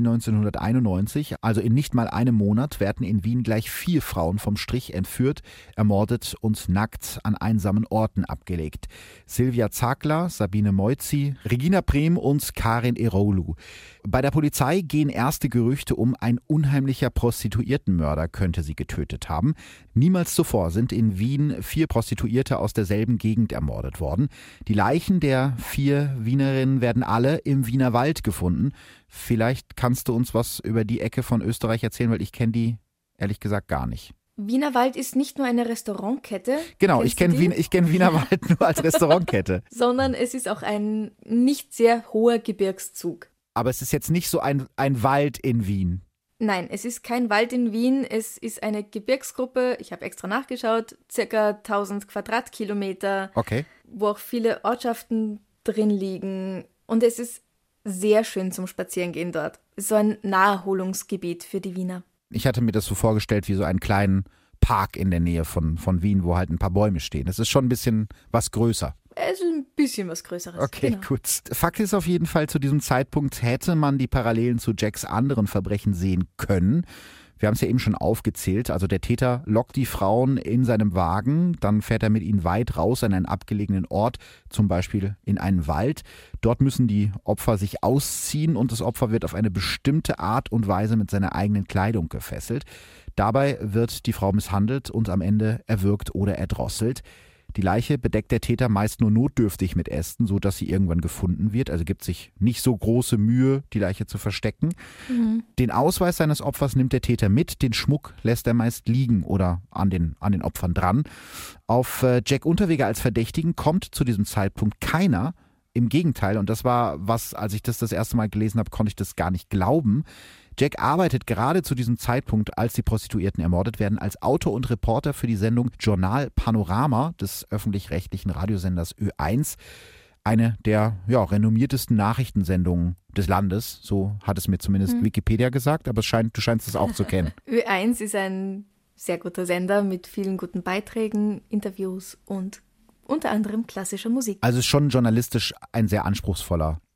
1991, also in nicht mal einem Monat, werden in Wien gleich 4 Frauen vom Strich entführt, ermordet und nackt an einsamen Orten abgelegt. Silvia Zagler, Sabine Moizzi, Regina Brehm und Karin Eroğlu. Bei der Polizei gehen erste Gerüchte um, ein unheimlicher Prostituiertenmörder könnte sie getötet haben. Niemals zuvor sind in Wien 4 Prostituierte aus derselben Gegend ermordet worden. Die Leichen der 4 Wienerinnen werden alle im Wiener Wald gefunden. Vielleicht kannst du uns was über die Ecke von Österreich erzählen, weil ich kenne die ehrlich gesagt gar nicht. Wiener Wald ist nicht nur eine Restaurantkette. Genau, ich kenne Wiener Wald nur als Restaurantkette. Sondern es ist auch ein nicht sehr hoher Gebirgszug. Aber es ist jetzt nicht so ein Wald in Wien. Nein, es ist kein Wald in Wien, es ist eine Gebirgsgruppe, ich habe extra nachgeschaut, circa 1000 Quadratkilometer, okay, wo auch viele Ortschaften drin liegen. Und es ist sehr schön zum Spazierengehen dort. Es ist so ein Naherholungsgebiet für die Wiener. Ich hatte mir das so vorgestellt wie so einen kleinen Park in der Nähe von Wien, wo halt ein paar Bäume stehen. Es ist schon ein bisschen was größer. Es ist ein bisschen was Größeres. Okay, genau. Gut. Fakt ist auf jeden Fall, zu diesem Zeitpunkt hätte man die Parallelen zu Jacks anderen Verbrechen sehen können. Wir haben es ja eben schon aufgezählt. Also der Täter lockt die Frauen in seinem Wagen, dann fährt er mit ihnen weit raus an einen abgelegenen Ort, zum Beispiel in einen Wald. Dort müssen die Opfer sich ausziehen und das Opfer wird auf eine bestimmte Art und Weise mit seiner eigenen Kleidung gefesselt. Dabei wird die Frau misshandelt und am Ende erwürgt oder erdrosselt. Die Leiche bedeckt der Täter meist nur notdürftig mit Ästen, sodass sie irgendwann gefunden wird. Also gibt sich nicht so große Mühe, die Leiche zu verstecken. Den Ausweis seines Opfers nimmt der Täter mit, den Schmuck lässt er meist liegen oder an den Opfern dran. Auf Jack Unterweger als Verdächtigen kommt zu diesem Zeitpunkt keiner. Im Gegenteil, und das war was, als ich das erste Mal gelesen habe, konnte ich das gar nicht glauben. Jack arbeitet gerade zu diesem Zeitpunkt, als die Prostituierten ermordet werden, als Autor und Reporter für die Sendung Journal Panorama des öffentlich-rechtlichen Radiosenders Ö1. Eine der renommiertesten Nachrichtensendungen des Landes, so hat es mir zumindest Wikipedia gesagt, aber du scheinst es auch zu kennen. Ö1 ist ein sehr guter Sender mit vielen guten Beiträgen, Interviews und unter anderem klassischer Musik. Also ist schon journalistisch ein sehr anspruchsvoller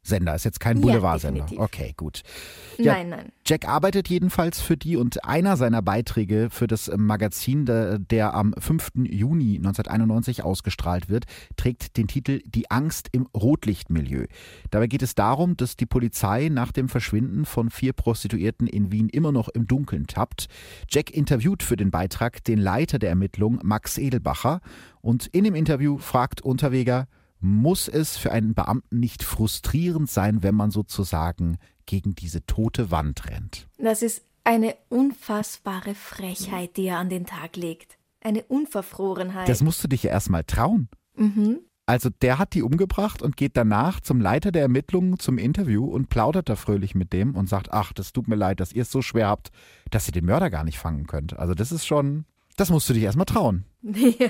Sender, ist jetzt kein Boulevardsender. definitiv. Okay, gut. Ja, Nein. Jack arbeitet jedenfalls für die und einer seiner Beiträge für das Magazin, der am 5. Juni 1991 ausgestrahlt wird, trägt den Titel Die Angst im Rotlichtmilieu. Dabei geht es darum, dass die Polizei nach dem Verschwinden von 4 Prostituierten in Wien immer noch im Dunkeln tappt. Jack interviewt für den Beitrag den Leiter der Ermittlung, Max Edelbacher, und in dem Interview fragt Unterweger: Muss es für einen Beamten nicht frustrierend sein, wenn man sozusagen gegen diese tote Wand rennt? Das ist eine unfassbare Frechheit, die er an den Tag legt. Eine Unverfrorenheit. Das musst du dich ja erstmal trauen. Also der hat die umgebracht und geht danach zum Leiter der Ermittlungen zum Interview und plaudert da fröhlich mit dem und sagt: Ach, das tut mir leid, dass ihr es so schwer habt, dass ihr den Mörder gar nicht fangen könnt. Also das ist schon, das musst du dich erstmal trauen. Ja.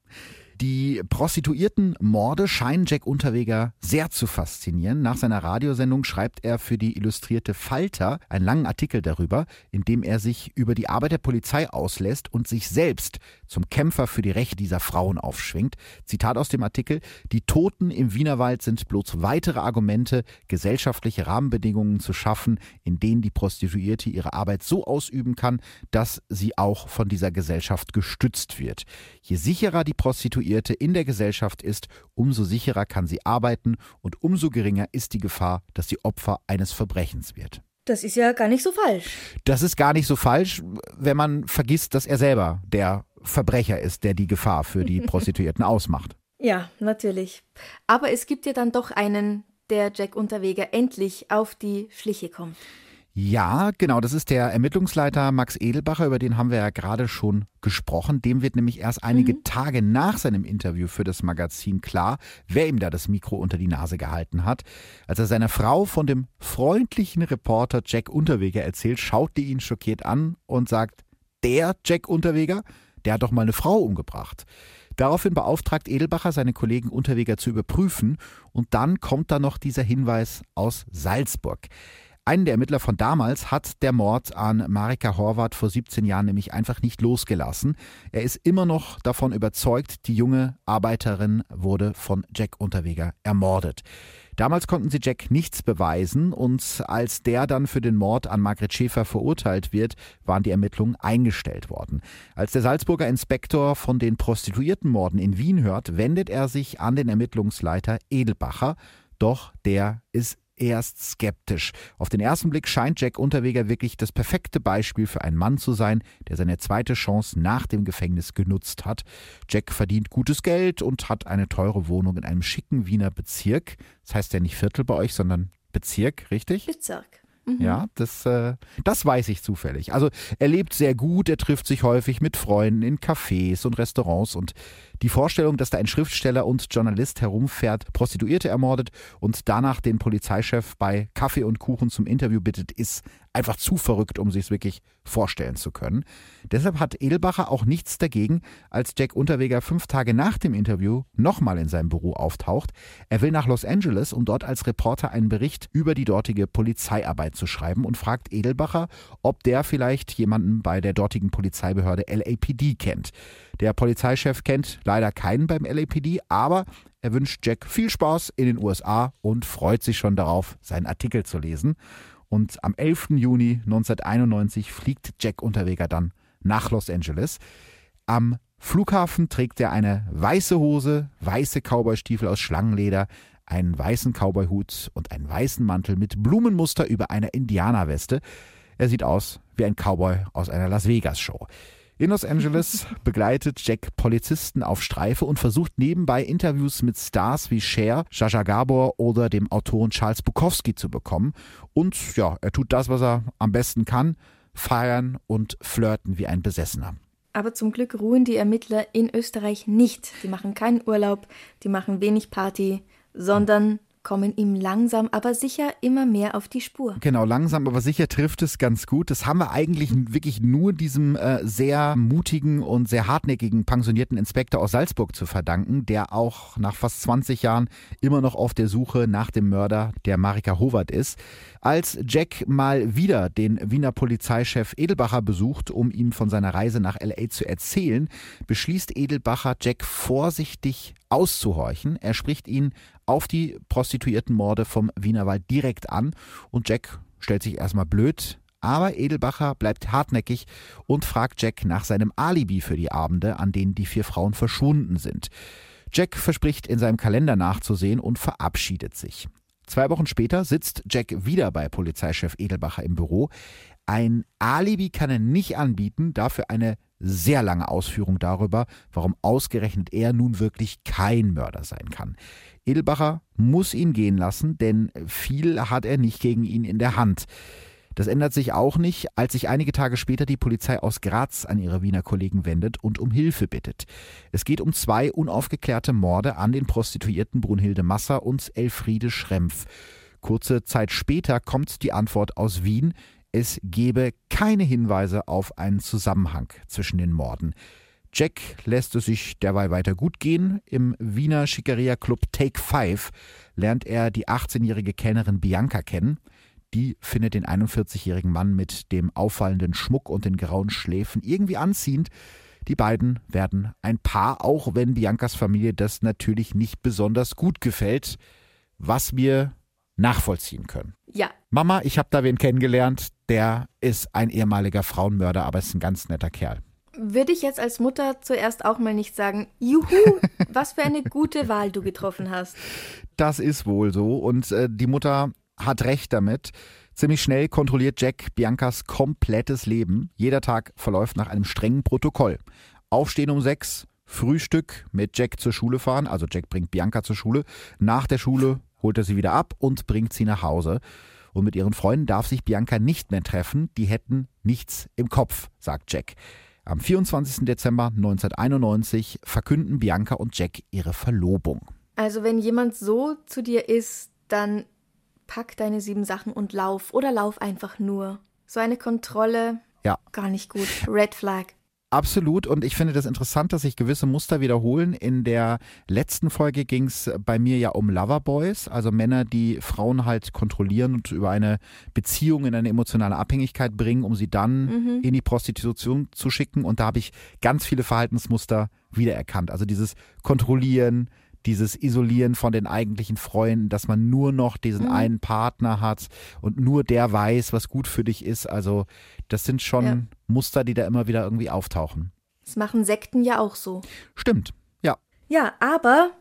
Die Prostituiertenmorde scheinen Jack Unterweger sehr zu faszinieren. Nach seiner Radiosendung schreibt er für die Illustrierte Falter einen langen Artikel darüber, in dem er sich über die Arbeit der Polizei auslässt und sich selbst zum Kämpfer für die Rechte dieser Frauen aufschwingt. Zitat aus dem Artikel: Die Toten im Wienerwald sind bloß weitere Argumente, gesellschaftliche Rahmenbedingungen zu schaffen, in denen die Prostituierte ihre Arbeit so ausüben kann, dass sie auch von dieser Gesellschaft gestützt wird. Je sicherer die Prostituierte in der Gesellschaft ist, umso sicherer kann sie arbeiten und umso geringer ist die Gefahr, dass sie Opfer eines Verbrechens wird. Das ist ja gar nicht so falsch. Das ist gar nicht so falsch, wenn man vergisst, dass er selber der Verbrecher ist, der die Gefahr für die Prostituierten ausmacht. Ja, natürlich. Aber es gibt ja dann doch einen, der Jack Unterweger endlich auf die Schliche kommt. Ja, genau, das ist der Ermittlungsleiter Max Edelbacher, über den haben wir ja gerade schon gesprochen. Dem wird nämlich erst einige Tage nach seinem Interview für das Magazin klar, wer ihm da das Mikro unter die Nase gehalten hat. Als er seiner Frau von dem freundlichen Reporter Jack Unterweger erzählt, schaut die ihn schockiert an und sagt: Der Jack Unterweger, der hat doch mal eine Frau umgebracht. Daraufhin beauftragt Edelbacher seine Kollegen Unterweger zu überprüfen und dann kommt da noch dieser Hinweis aus Salzburg. Einen der Ermittler von damals hat der Mord an Marika Horvath vor 17 Jahren nämlich einfach nicht losgelassen. Er ist immer noch davon überzeugt, die junge Arbeiterin wurde von Jack Unterweger ermordet. Damals konnten sie Jack nichts beweisen und als der dann für den Mord an Margret Schäfer verurteilt wird, waren die Ermittlungen eingestellt worden. Als der Salzburger Inspektor von den Prostituiertenmorden in Wien hört, wendet er sich an den Ermittlungsleiter Edelbacher, doch der ist erst skeptisch. Auf den ersten Blick scheint Jack Unterweger wirklich das perfekte Beispiel für einen Mann zu sein, der seine zweite Chance nach dem Gefängnis genutzt hat. Jack verdient gutes Geld und hat eine teure Wohnung in einem schicken Wiener Bezirk. Das heißt ja nicht Viertel bei euch, sondern Bezirk, richtig? Bezirk. Ja, das weiß ich zufällig. Also er lebt sehr gut, er trifft sich häufig mit Freunden in Cafés und Restaurants und die Vorstellung, dass da ein Schriftsteller und Journalist herumfährt, Prostituierte ermordet und danach den Polizeichef bei Kaffee und Kuchen zum Interview bittet, ist einfach zu verrückt, um sich es wirklich vorstellen zu können. Deshalb hat Edelbacher auch nichts dagegen, als Jack Unterweger 5 Tage nach dem Interview nochmal in seinem Büro auftaucht. Er will nach Los Angeles, um dort als Reporter einen Bericht über die dortige Polizeiarbeit zu schreiben und fragt Edelbacher, ob der vielleicht jemanden bei der dortigen Polizeibehörde LAPD kennt. Der Polizeichef kennt leider keinen beim LAPD, aber er wünscht Jack viel Spaß in den USA und freut sich schon darauf, seinen Artikel zu lesen. Und am 11. Juni 1991 fliegt Jack Unterweger dann nach Los Angeles. Am Flughafen trägt er eine weiße Hose, weiße Cowboystiefel aus Schlangenleder, einen weißen Cowboyhut und einen weißen Mantel mit Blumenmuster über einer Indianerweste. Er sieht aus wie ein Cowboy aus einer Las Vegas Show. In Los Angeles begleitet Jack Polizisten auf Streife und versucht nebenbei Interviews mit Stars wie Cher, Zsa Zsa Gabor oder dem Autoren Charles Bukowski zu bekommen. Und ja, er tut das, was er am besten kann, feiern und flirten wie ein Besessener. Aber zum Glück ruhen die Ermittler in Österreich nicht. Die machen keinen Urlaub, die machen wenig Party, sondern kommen ihm langsam, aber sicher immer mehr auf die Spur. Genau, langsam, aber sicher trifft es ganz gut. Das haben wir eigentlich wirklich nur diesem sehr mutigen und sehr hartnäckigen pensionierten Inspektor aus Salzburg zu verdanken, der auch nach fast 20 Jahren immer noch auf der Suche nach dem Mörder der Marika Horvath ist. Als Jack mal wieder den Wiener Polizeichef Edelbacher besucht, um ihm von seiner Reise nach L.A. zu erzählen, beschließt Edelbacher, Jack vorsichtig auszuhorchen. Er spricht ihn auf die Prostituiertenmorde vom Wienerwald direkt an und Jack stellt sich erstmal blöd. Aber Edelbacher bleibt hartnäckig und fragt Jack nach seinem Alibi für die Abende, an denen die 4 Frauen verschwunden sind. Jack verspricht, in seinem Kalender nachzusehen und verabschiedet sich. 2 Wochen später sitzt Jack wieder bei Polizeichef Edelbacher im Büro. Ein Alibi kann er nicht anbieten, dafür eine sehr lange Ausführung darüber, warum ausgerechnet er nun wirklich kein Mörder sein kann. Edelbacher muss ihn gehen lassen, denn viel hat er nicht gegen ihn in der Hand. Das ändert sich auch nicht, als sich einige Tage später die Polizei aus Graz an ihre Wiener Kollegen wendet und um Hilfe bittet. Es geht um 2 unaufgeklärte Morde an den Prostituierten Brunhilde Masser und Elfriede Schrempf. Kurze Zeit später kommt die Antwort aus Wien, es gebe keine Hinweise auf einen Zusammenhang zwischen den Morden. Jack lässt es sich derweil weiter gut gehen. Im Wiener Schickeria-Club Take 5 lernt er die 18-jährige Kellnerin Bianca kennen. Die findet den 41-jährigen Mann mit dem auffallenden Schmuck und den grauen Schläfen irgendwie anziehend. Die beiden werden ein Paar, auch wenn Biancas Familie das natürlich nicht besonders gut gefällt, was wir nachvollziehen können. Ja. Mama, ich habe da wen kennengelernt, der ist ein ehemaliger Frauenmörder, aber ist ein ganz netter Kerl. Würde ich jetzt als Mutter zuerst auch mal nicht sagen, juhu, was für eine gute Wahl du getroffen hast. Das ist wohl so und die Mutter hat recht damit. Ziemlich schnell kontrolliert Jack Biancas komplettes Leben. Jeder Tag verläuft nach einem strengen Protokoll. Aufstehen um 6, Frühstück mit Jack zur Schule fahren, also Jack bringt Bianca zur Schule. Nach der Schule holt er sie wieder ab und bringt sie nach Hause. Und mit ihren Freunden darf sich Bianca nicht mehr treffen, die hätten nichts im Kopf, sagt Jack. Am 24. Dezember 1991 verkünden Bianca und Jack ihre Verlobung. Also wenn jemand so zu dir ist, dann pack deine 7 Sachen und lauf oder lauf einfach nur. So eine Kontrolle, ja, gar nicht gut. Red Flag. Absolut und ich finde das interessant, dass sich gewisse Muster wiederholen. In der letzten Folge ging es bei mir ja um Loverboys, also Männer, die Frauen halt kontrollieren und über eine Beziehung in eine emotionale Abhängigkeit bringen, um sie dann in die Prostitution zu schicken. Und da habe ich ganz viele Verhaltensmuster wiedererkannt. Also dieses Kontrollieren, dieses Isolieren von den eigentlichen Freunden, dass man nur noch diesen einen Partner hat und nur der weiß, was gut für dich ist. Also das sind schon Muster, die da immer wieder irgendwie auftauchen. Das machen Sekten ja auch so. Stimmt, ja. Ja, aber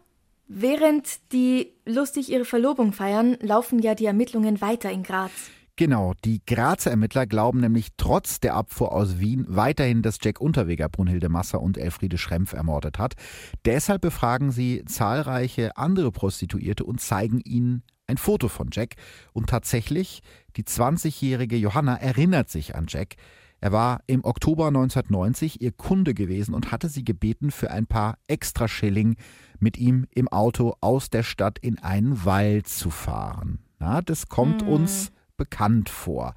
während die lustig ihre Verlobung feiern, laufen ja die Ermittlungen weiter in Graz. Genau, die Grazer Ermittler glauben nämlich trotz der Abfuhr aus Wien weiterhin, dass Jack Unterweger Brunhilde Masser und Elfriede Schrempf ermordet hat. Deshalb befragen sie zahlreiche andere Prostituierte und zeigen ihnen ein Foto von Jack. Und tatsächlich, die 20-jährige Johanna erinnert sich an Jack. Er war im Oktober 1990 ihr Kunde gewesen und hatte sie gebeten, für ein paar Extraschilling mit ihm im Auto aus der Stadt in einen Wald zu fahren. Na, das kommt uns bekannt vor.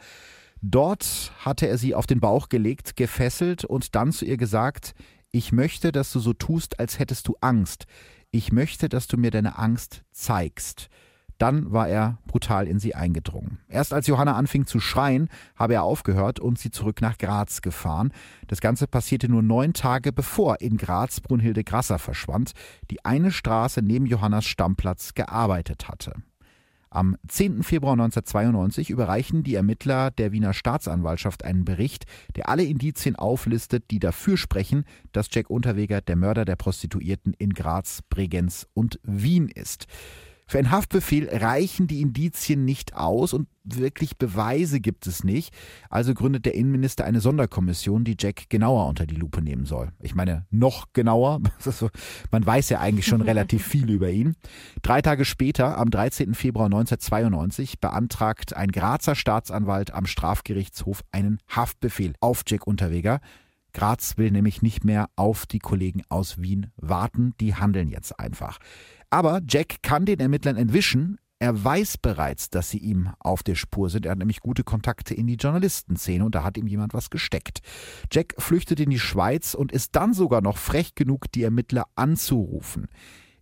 Dort hatte er sie auf den Bauch gelegt, gefesselt und dann zu ihr gesagt, ich möchte, dass du so tust, als hättest du Angst. Ich möchte, dass du mir deine Angst zeigst. Dann war er brutal in sie eingedrungen. Erst als Johanna anfing zu schreien, habe er aufgehört und sie zurück nach Graz gefahren. Das Ganze passierte nur 9 Tage bevor in Graz Brunhilde Grasser verschwand, die eine Straße neben Johannas Stammplatz gearbeitet hatte. Am 10. Februar 1992 überreichen die Ermittler der Wiener Staatsanwaltschaft einen Bericht, der alle Indizien auflistet, die dafür sprechen, dass Jack Unterweger der Mörder der Prostituierten in Graz, Bregenz und Wien ist. Für einen Haftbefehl reichen die Indizien nicht aus und wirklich Beweise gibt es nicht. Also gründet der Innenminister eine Sonderkommission, die Jack genauer unter die Lupe nehmen soll. Ich meine, noch genauer. Man weiß ja eigentlich schon relativ viel über ihn. 3 Tage später, am 13. Februar 1992, beantragt ein Grazer Staatsanwalt am Strafgerichtshof einen Haftbefehl auf Jack Unterweger. Graz will nämlich nicht mehr auf die Kollegen aus Wien warten. Die handeln jetzt einfach. Aber Jack kann den Ermittlern entwischen. Er weiß bereits, dass sie ihm auf der Spur sind. Er hat nämlich gute Kontakte in die Journalistenszene und da hat ihm jemand was gesteckt. Jack flüchtet in die Schweiz und ist dann sogar noch frech genug, die Ermittler anzurufen.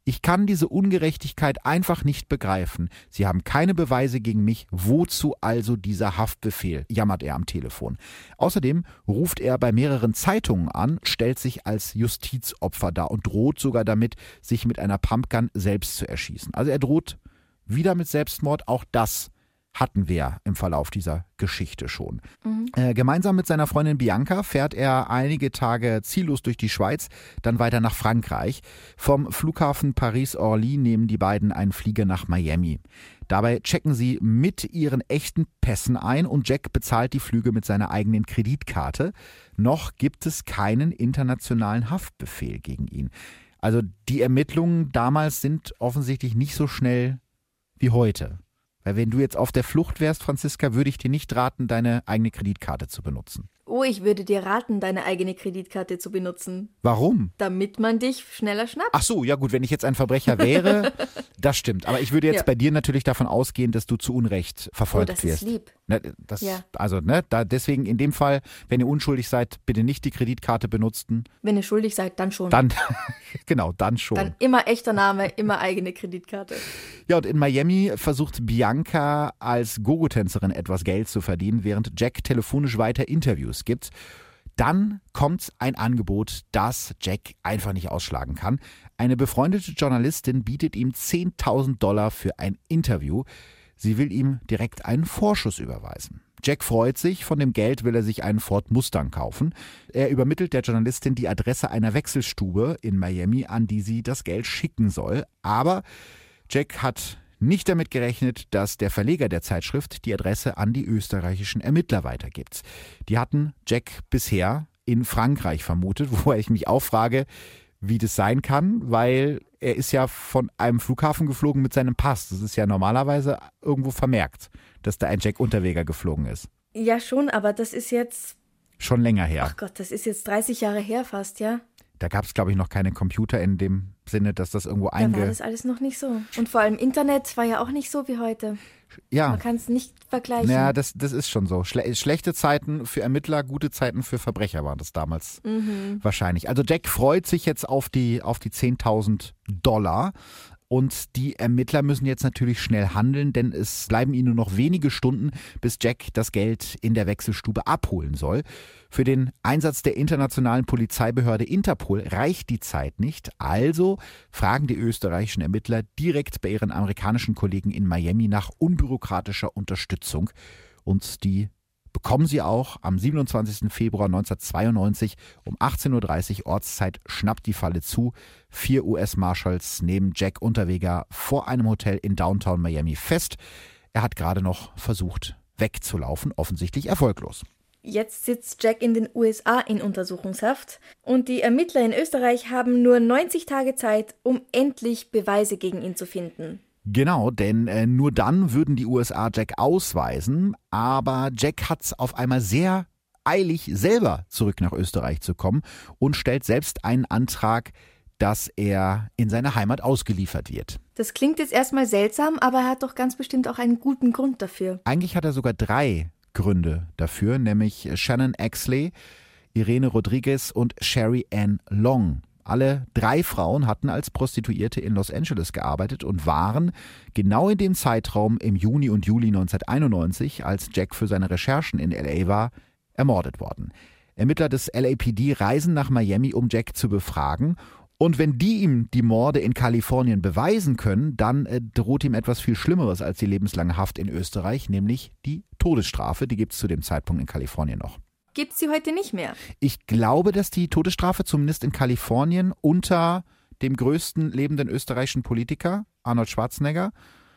Ich kann diese Ungerechtigkeit einfach nicht begreifen. Sie haben keine Beweise gegen mich. Wozu also dieser Haftbefehl?, jammert er am Telefon. Außerdem ruft er bei mehreren Zeitungen an, stellt sich als Justizopfer dar und droht sogar damit, sich mit einer Pumpgun selbst zu erschießen. Also er droht wieder mit Selbstmord. Auch das hatten wir im Verlauf dieser Geschichte schon. Gemeinsam mit seiner Freundin Bianca fährt er einige Tage ziellos durch die Schweiz, dann weiter nach Frankreich. Vom Flughafen Paris-Orly nehmen die beiden einen Flieger nach Miami. Dabei checken sie mit ihren echten Pässen ein und Jack bezahlt die Flüge mit seiner eigenen Kreditkarte. Noch gibt es keinen internationalen Haftbefehl gegen ihn. Also die Ermittlungen damals sind offensichtlich nicht so schnell wie heute. Weil wenn du jetzt auf der Flucht wärst, Franziska, würde ich dir nicht raten, deine eigene Kreditkarte zu benutzen. Oh, ich würde dir raten, deine eigene Kreditkarte zu benutzen. Warum? Damit man dich schneller schnappt. Ach so, ja gut, wenn ich jetzt ein Verbrecher wäre, das stimmt. Aber ich würde jetzt bei dir natürlich davon ausgehen, dass du zu Unrecht verfolgt wirst. Das ist lieb. Ne, Also, deswegen in dem Fall, wenn ihr unschuldig seid, bitte nicht die Kreditkarte benutzen. Wenn ihr schuldig seid, dann schon. Dann schon. Dann immer echter Name, immer eigene Kreditkarte. Ja, und in Miami versucht Bianca als Gogo-Tänzerin etwas Geld zu verdienen, während Jack telefonisch weiter Interviews gibt. Dann kommt ein Angebot, das Jack einfach nicht ausschlagen kann. Eine befreundete Journalistin bietet ihm $10.000 für ein Interview. Sie will ihm direkt einen Vorschuss überweisen. Jack freut sich, von dem Geld will er sich einen Ford Mustang kaufen. Er übermittelt der Journalistin die Adresse einer Wechselstube in Miami, an die sie das Geld schicken soll. Aber Jack hat nicht damit gerechnet, dass der Verleger der Zeitschrift die Adresse an die österreichischen Ermittler weitergibt. Die hatten Jack bisher in Frankreich vermutet, wo ich mich auch frage, wie das sein kann, weil er ist ja von einem Flughafen geflogen mit seinem Pass. Das ist ja normalerweise irgendwo vermerkt, dass da ein Jack Unterweger geflogen ist. Ja schon, aber das ist jetzt... Schon länger her. Ach Gott, das ist jetzt 30 Jahre her fast, ja? Da gab es, glaube ich, noch keine Computer in dem Sinne, dass das irgendwo Da war das alles noch nicht so. Und vor allem Internet war ja auch nicht so wie heute. Ja. Man kann es nicht vergleichen. Ja, das ist schon so. Schlechte Zeiten für Ermittler, gute Zeiten für Verbrecher waren das damals wahrscheinlich. Also Jack freut sich jetzt auf die $10.000. Und die Ermittler müssen jetzt natürlich schnell handeln, denn es bleiben ihnen nur noch wenige Stunden, bis Jack das Geld in der Wechselstube abholen soll. Für den Einsatz der internationalen Polizeibehörde Interpol reicht die Zeit nicht. Also fragen die österreichischen Ermittler direkt bei ihren amerikanischen Kollegen in Miami nach unbürokratischer Unterstützung. Und die bekommen sie auch. Am 27. Februar 1992 um 18.30 Uhr Ortszeit schnappt die Falle zu. 4 US-Marshals nehmen Jack Unterweger vor einem Hotel in Downtown Miami fest. Er hat gerade noch versucht wegzulaufen, offensichtlich erfolglos. Jetzt sitzt Jack in den USA in Untersuchungshaft und die Ermittler in Österreich haben nur 90 Tage Zeit, um endlich Beweise gegen ihn zu finden. Genau, denn nur dann würden die USA Jack ausweisen, aber Jack hat es auf einmal sehr eilig, selber zurück nach Österreich zu kommen und stellt selbst einen Antrag, dass er in seine Heimat ausgeliefert wird. Das klingt jetzt erstmal seltsam, aber er hat doch ganz bestimmt auch einen guten Grund dafür. Eigentlich hat er sogar 3 Gründe dafür, nämlich Shannon Exley, Irene Rodriguez und Sherry Ann Long. Alle 3 Frauen hatten als Prostituierte in Los Angeles gearbeitet und waren genau in dem Zeitraum im Juni und Juli 1991, als Jack für seine Recherchen in L.A. war, ermordet worden. Ermittler des LAPD reisen nach Miami, um Jack zu befragen. Und wenn die ihm die Morde in Kalifornien beweisen können, dann droht ihm etwas viel Schlimmeres als die lebenslange Haft in Österreich, nämlich die Todesstrafe. Die gibt es zu dem Zeitpunkt in Kalifornien noch. Gibt's sie heute nicht mehr? Ich glaube, dass die Todesstrafe zumindest in Kalifornien unter dem größten lebenden österreichischen Politiker, Arnold Schwarzenegger,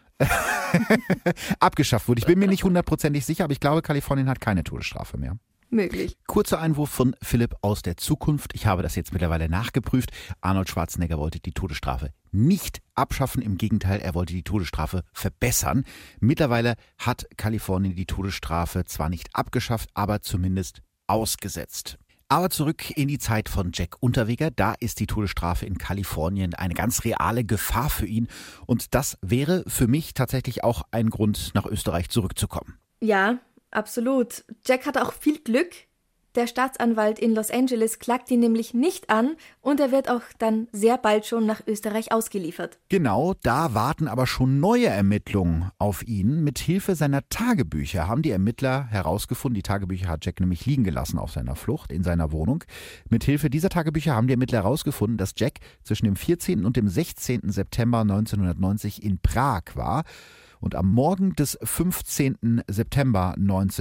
abgeschafft wurde. Ich bin mir nicht 100%ig sicher, aber ich glaube, Kalifornien hat keine Todesstrafe mehr. Möglich. Kurzer Einwurf von Philipp aus der Zukunft. Ich habe das jetzt mittlerweile nachgeprüft. Arnold Schwarzenegger wollte die Todesstrafe nicht abschaffen. Im Gegenteil, er wollte die Todesstrafe verbessern. Mittlerweile hat Kalifornien die Todesstrafe zwar nicht abgeschafft, aber zumindest ausgesetzt. Aber zurück in die Zeit von Jack Unterweger. Da ist die Todesstrafe in Kalifornien eine ganz reale Gefahr für ihn. Und das wäre für mich tatsächlich auch ein Grund, nach Österreich zurückzukommen. Ja, absolut. Jack hatte auch viel Glück, Der Staatsanwalt in Los Angeles klagt ihn nämlich nicht an und er wird auch dann sehr bald schon nach Österreich ausgeliefert. Genau, da warten aber schon neue Ermittlungen auf ihn. Mit Hilfe seiner Tagebücher haben die Ermittler herausgefunden, die Tagebücher hat Jack nämlich liegen gelassen auf seiner Flucht in seiner Wohnung. Mit Hilfe dieser Tagebücher haben die Ermittler herausgefunden, dass Jack zwischen dem 14. und dem 16. September 1990 in Prag war. Und am Morgen des 15. September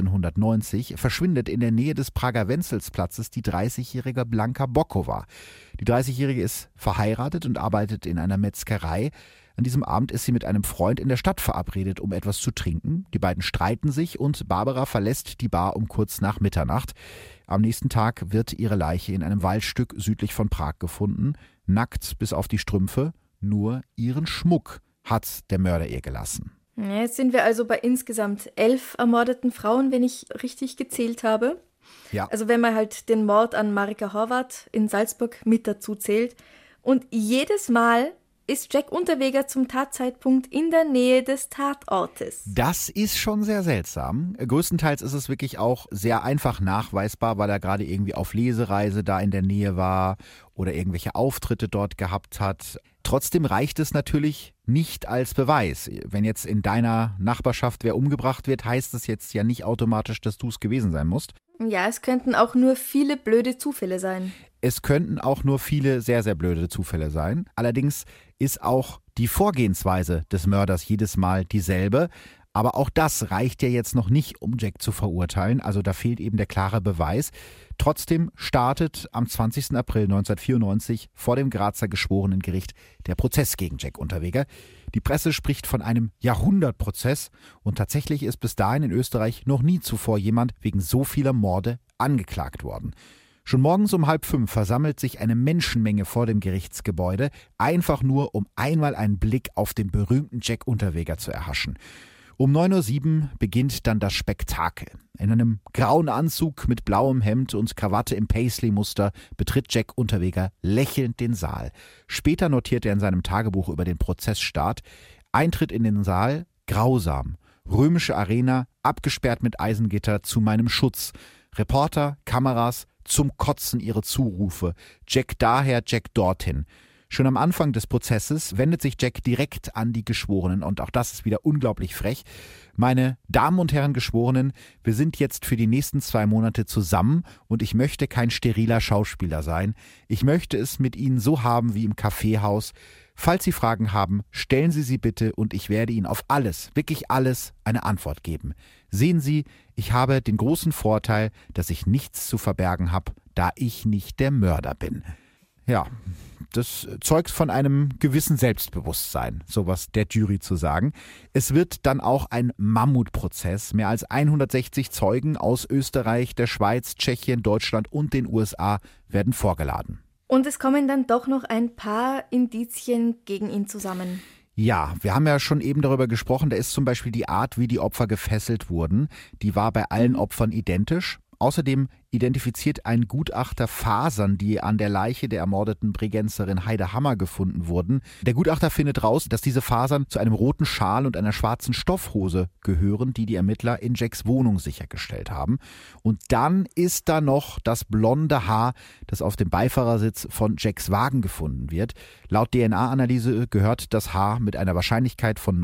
1990 verschwindet in der Nähe des Prager Wenzelsplatzes die 30-jährige Blanka Bokova. Die 30-jährige ist verheiratet und arbeitet in einer Metzgerei. An diesem Abend ist sie mit einem Freund in der Stadt verabredet, um etwas zu trinken. Die beiden streiten sich und Barbara verlässt die Bar um kurz nach Mitternacht. Am nächsten Tag wird ihre Leiche in einem Waldstück südlich von Prag gefunden. Nackt bis auf die Strümpfe. Nur ihren Schmuck hat der Mörder ihr gelassen. Jetzt sind wir also bei insgesamt 11 ermordeten Frauen, wenn ich richtig gezählt habe. Ja. Also wenn man halt den Mord an Marika Horvath in Salzburg mit dazu zählt. Und jedes Mal ist Jack Unterweger zum Tatzeitpunkt in der Nähe des Tatortes. Das ist schon sehr seltsam. Größtenteils ist es wirklich auch sehr einfach nachweisbar, weil er gerade irgendwie auf Lesereise da in der Nähe war oder irgendwelche Auftritte dort gehabt hat. Trotzdem reicht es natürlich nicht als Beweis. Wenn jetzt in deiner Nachbarschaft wer umgebracht wird, heißt es jetzt ja nicht automatisch, dass du es gewesen sein musst. Ja, es könnten auch nur viele blöde Zufälle sein. Es könnten auch nur viele sehr, sehr blöde Zufälle sein. Allerdings ist auch die Vorgehensweise des Mörders jedes Mal dieselbe. Aber auch das reicht ja jetzt noch nicht, um Jack zu verurteilen. Also da fehlt eben der klare Beweis. Trotzdem startet am 20. April 1994 vor dem Grazer Geschworenengericht der Prozess gegen Jack Unterweger. Die Presse spricht von einem Jahrhundertprozess und tatsächlich ist bis dahin in Österreich noch nie zuvor jemand wegen so vieler Morde angeklagt worden. Schon morgens um 4:30 versammelt sich eine Menschenmenge vor dem Gerichtsgebäude, einfach nur, um einmal einen Blick auf den berühmten Jack Unterweger zu erhaschen. Um 9:07 Uhr beginnt dann das Spektakel. In einem grauen Anzug mit blauem Hemd und Krawatte im Paisley-Muster betritt Jack Unterweger lächelnd den Saal. Später notiert er in seinem Tagebuch über den Prozessstart: Eintritt in den Saal, grausam. Römische Arena, abgesperrt mit Eisengitter, zu meinem Schutz. Reporter, Kameras, zum Kotzen ihre Zurufe. Jack daher, Jack dorthin. Schon am Anfang des Prozesses wendet sich Jack direkt an die Geschworenen und auch das ist wieder unglaublich frech. Meine Damen und Herren Geschworenen, wir sind jetzt für die nächsten 2 Monate zusammen und ich möchte kein steriler Schauspieler sein. Ich möchte es mit Ihnen so haben wie im Kaffeehaus. Falls Sie Fragen haben, stellen Sie sie bitte und ich werde Ihnen auf alles, wirklich alles, eine Antwort geben. Sehen Sie, ich habe den großen Vorteil, dass ich nichts zu verbergen habe, da ich nicht der Mörder bin. Ja, das zeugt von einem gewissen Selbstbewusstsein, sowas der Jury zu sagen. Es wird dann auch ein Mammutprozess. Mehr als 160 Zeugen aus Österreich, der Schweiz, Tschechien, Deutschland und den USA werden vorgeladen. Und es kommen dann doch noch ein paar Indizien gegen ihn zusammen. Ja, wir haben ja schon eben darüber gesprochen, da ist zum Beispiel die Art, wie die Opfer gefesselt wurden. Die war bei allen Opfern identisch. Außerdem identifiziert ein Gutachter Fasern, die an der Leiche der ermordeten Bregenzerin Heide Hammer gefunden wurden. Der Gutachter findet raus, dass diese Fasern zu einem roten Schal und einer schwarzen Stoffhose gehören, die die Ermittler in Jacks Wohnung sichergestellt haben. Und dann ist da noch das blonde Haar, das auf dem Beifahrersitz von Jacks Wagen gefunden wird. Laut DNA-Analyse gehört das Haar mit einer Wahrscheinlichkeit von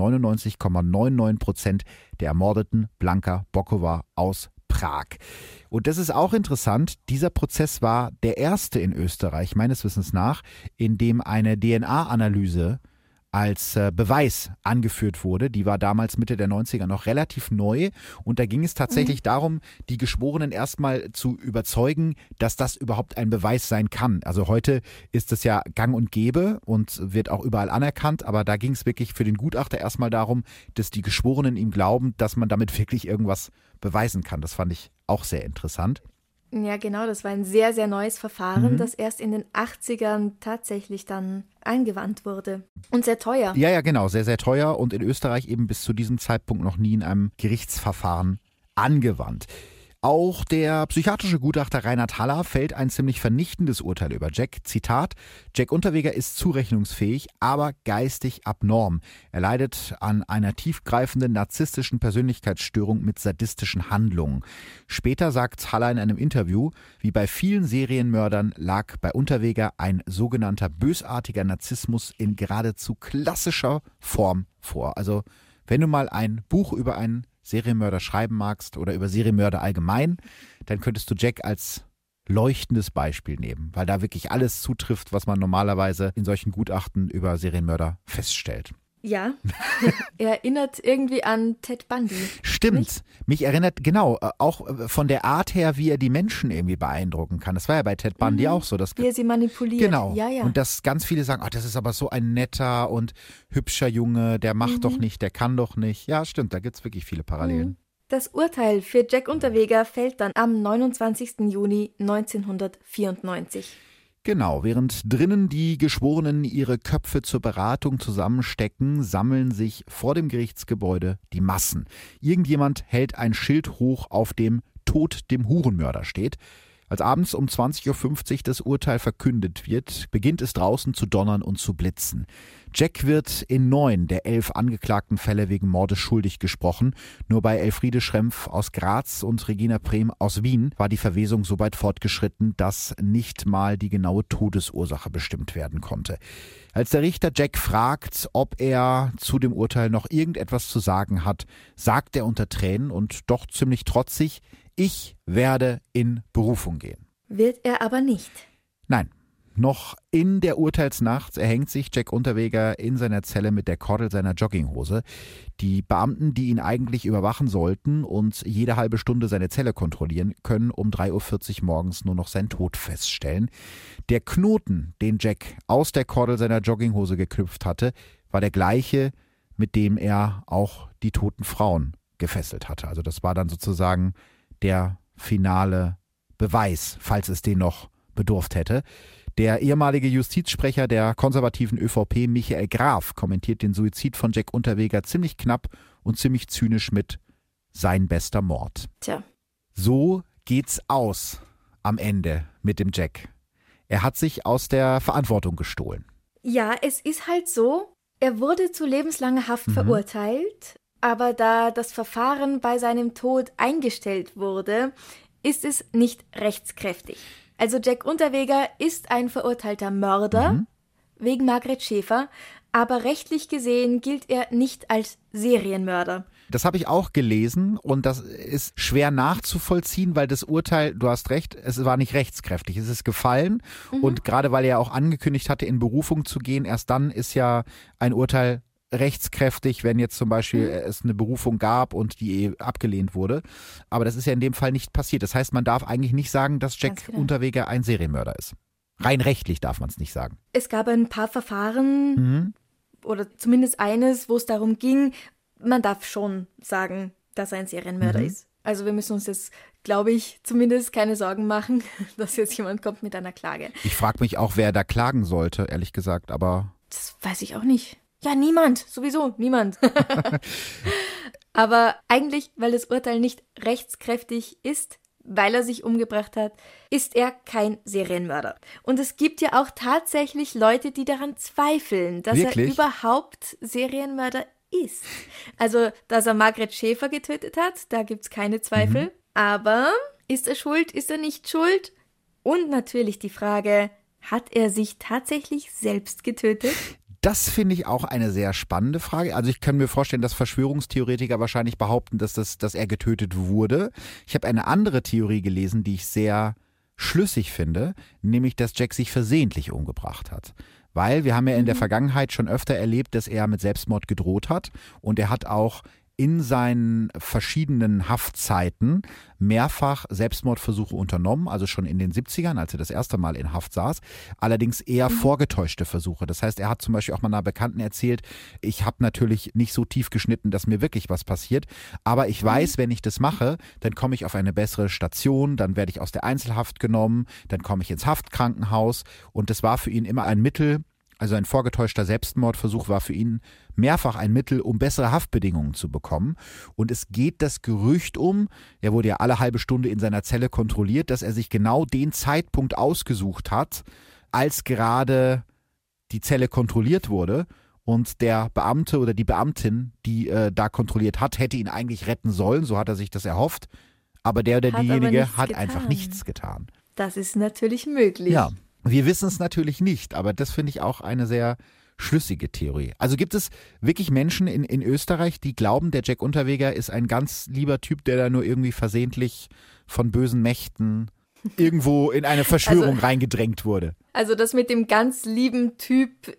99,99% der ermordeten Blanka Bokova aus Prag. Und das ist auch interessant, dieser Prozess war der erste in Österreich, meines Wissens nach, in dem eine DNA-Analyse als Beweis angeführt wurde. Die war damals Mitte der 90er noch relativ neu und da ging es tatsächlich darum, die Geschworenen erstmal zu überzeugen, dass das überhaupt ein Beweis sein kann. Also heute ist es ja gang und gäbe und wird auch überall anerkannt, aber da ging es wirklich für den Gutachter erstmal darum, dass die Geschworenen ihm glauben, dass man damit wirklich irgendwas beweisen kann. Das fand ich auch sehr interessant. Ja, genau, das war ein sehr, sehr neues Verfahren, das erst in den 80ern tatsächlich dann angewandt wurde. Und sehr teuer. Ja, genau, sehr, sehr teuer und in Österreich eben bis zu diesem Zeitpunkt noch nie in einem Gerichtsverfahren angewandt. Auch der psychiatrische Gutachter Reinhard Haller fällt ein ziemlich vernichtendes Urteil über Jack. Zitat: Jack Unterweger ist zurechnungsfähig, aber geistig abnorm. Er leidet an einer tiefgreifenden narzisstischen Persönlichkeitsstörung mit sadistischen Handlungen. Später sagt Haller in einem Interview, wie bei vielen Serienmördern lag bei Unterweger ein sogenannter bösartiger Narzissmus in geradezu klassischer Form vor. Also wenn du mal ein Buch über einen Serienmörder schreiben magst oder über Serienmörder allgemein, dann könntest du Jack als leuchtendes Beispiel nehmen, weil da wirklich alles zutrifft, was man normalerweise in solchen Gutachten über Serienmörder feststellt. Ja, er erinnert irgendwie an Ted Bundy. Stimmt, nicht? Mich erinnert, genau, auch von der Art her, wie er die Menschen irgendwie beeindrucken kann. Das war ja bei Ted Bundy auch so. Wie er sie manipuliert. Genau, Ja, ja. und dass ganz viele sagen, das ist aber so ein netter und hübscher Junge, der macht doch nicht, der kann doch nicht. Ja, stimmt, da gibt es wirklich viele Parallelen. Das Urteil für Jack Unterweger fällt dann am 29. Juni 1994. Genau, während drinnen die Geschworenen ihre Köpfe zur Beratung zusammenstecken, sammeln sich vor dem Gerichtsgebäude die Massen. Irgendjemand hält ein Schild hoch, auf dem Tod dem Hurenmörder steht. Als abends um 20.50 Uhr das Urteil verkündet wird, beginnt es draußen zu donnern und zu blitzen. Jack wird in 9 der 11 angeklagten Fälle wegen Mordes schuldig gesprochen. Nur bei Elfriede Schrempf aus Graz und Regina Prehm aus Wien war die Verwesung so weit fortgeschritten, dass nicht mal die genaue Todesursache bestimmt werden konnte. Als der Richter Jack fragt, ob er zu dem Urteil noch irgendetwas zu sagen hat, sagt er unter Tränen und doch ziemlich trotzig: Ich werde in Berufung gehen. Wird er aber nicht. Nein. Noch in der Urteilsnacht erhängt sich Jack Unterweger in seiner Zelle mit der Kordel seiner Jogginghose. Die Beamten, die ihn eigentlich überwachen sollten und jede halbe Stunde seine Zelle kontrollieren, können um 3.40 Uhr morgens nur noch seinen Tod feststellen. Der Knoten, den Jack aus der Kordel seiner Jogginghose geknüpft hatte, war der gleiche, mit dem er auch die toten Frauen gefesselt hatte. Also das war dann sozusagen der finale Beweis, falls es den noch bedurft hätte. Der ehemalige Justizsprecher der konservativen ÖVP, Michael Graf, kommentiert den Suizid von Jack Unterweger ziemlich knapp und ziemlich zynisch mit: sein bester Mord. Tja. So geht's aus am Ende mit dem Jack. Er hat sich aus der Verantwortung gestohlen. Ja, es ist halt so, er wurde zu lebenslanger Haft verurteilt, aber da das Verfahren bei seinem Tod eingestellt wurde, ist es nicht rechtskräftig. Also Jack Unterweger ist ein verurteilter Mörder wegen Margret Schäfer, aber rechtlich gesehen gilt er nicht als Serienmörder. Das habe ich auch gelesen und das ist schwer nachzuvollziehen, weil das Urteil, du hast recht, es war nicht rechtskräftig, es ist gefallen und gerade weil er auch angekündigt hatte, in Berufung zu gehen, erst dann ist ja ein Urteil rechtskräftig, wenn jetzt zum Beispiel es eine Berufung gab und die abgelehnt wurde. Aber das ist ja in dem Fall nicht passiert. Das heißt, man darf eigentlich nicht sagen, dass Jack Unterweger ein Serienmörder ist. Rein rechtlich darf man es nicht sagen. Es gab ein paar Verfahren oder zumindest eines, wo es darum ging, man darf schon sagen, dass er ein Serienmörder ist. Also wir müssen uns jetzt, glaube ich, zumindest keine Sorgen machen, dass jetzt jemand kommt mit einer Klage. Ich frage mich auch, wer da klagen sollte, ehrlich gesagt, aber... Das weiß ich auch nicht. Ja, niemand. Sowieso niemand. Aber eigentlich, weil das Urteil nicht rechtskräftig ist, weil er sich umgebracht hat, ist er kein Serienmörder. Und es gibt ja auch tatsächlich Leute, die daran zweifeln, dass er überhaupt Serienmörder ist. Also, dass er Margret Schäfer getötet hat, da gibt's keine Zweifel. Aber ist er schuld, ist er nicht schuld? Und natürlich die Frage, hat er sich tatsächlich selbst getötet? Das finde ich auch eine sehr spannende Frage. Also ich kann mir vorstellen, dass Verschwörungstheoretiker wahrscheinlich behaupten, dass er getötet wurde. Ich habe eine andere Theorie gelesen, die ich sehr schlüssig finde, nämlich, dass Jack sich versehentlich umgebracht hat. Weil wir haben ja in der Vergangenheit schon öfter erlebt, dass er mit Selbstmord gedroht hat und er hat auch in seinen verschiedenen Haftzeiten mehrfach Selbstmordversuche unternommen, also schon in den 70ern, als er das erste Mal in Haft saß, allerdings eher vorgetäuschte Versuche. Das heißt, er hat zum Beispiel auch mal einer Bekannten erzählt, ich habe natürlich nicht so tief geschnitten, dass mir wirklich was passiert, aber ich weiß, wenn ich das mache, dann komme ich auf eine bessere Station, dann werde ich aus der Einzelhaft genommen, dann komme ich ins Haftkrankenhaus und das war für ihn immer ein Mittel, Also ein vorgetäuschter Selbstmordversuch war für ihn mehrfach ein Mittel, um bessere Haftbedingungen zu bekommen. Und es geht das Gerücht um, er wurde ja alle halbe Stunde in seiner Zelle kontrolliert, dass er sich genau den Zeitpunkt ausgesucht hat, als gerade die Zelle kontrolliert wurde. Und der Beamte oder die Beamtin, die da kontrolliert hat, hätte ihn eigentlich retten sollen, so hat er sich das erhofft. Aber der oder diejenige hat einfach nichts getan. Das ist natürlich möglich. Ja, wir wissen es natürlich nicht, aber das finde ich auch eine sehr schlüssige Theorie. Also gibt es wirklich Menschen in Österreich, die glauben, der Jack Unterweger ist ein ganz lieber Typ, der da nur irgendwie versehentlich von bösen Mächten irgendwo in eine Verschwörung reingedrängt wurde? Also das mit dem ganz lieben Typ,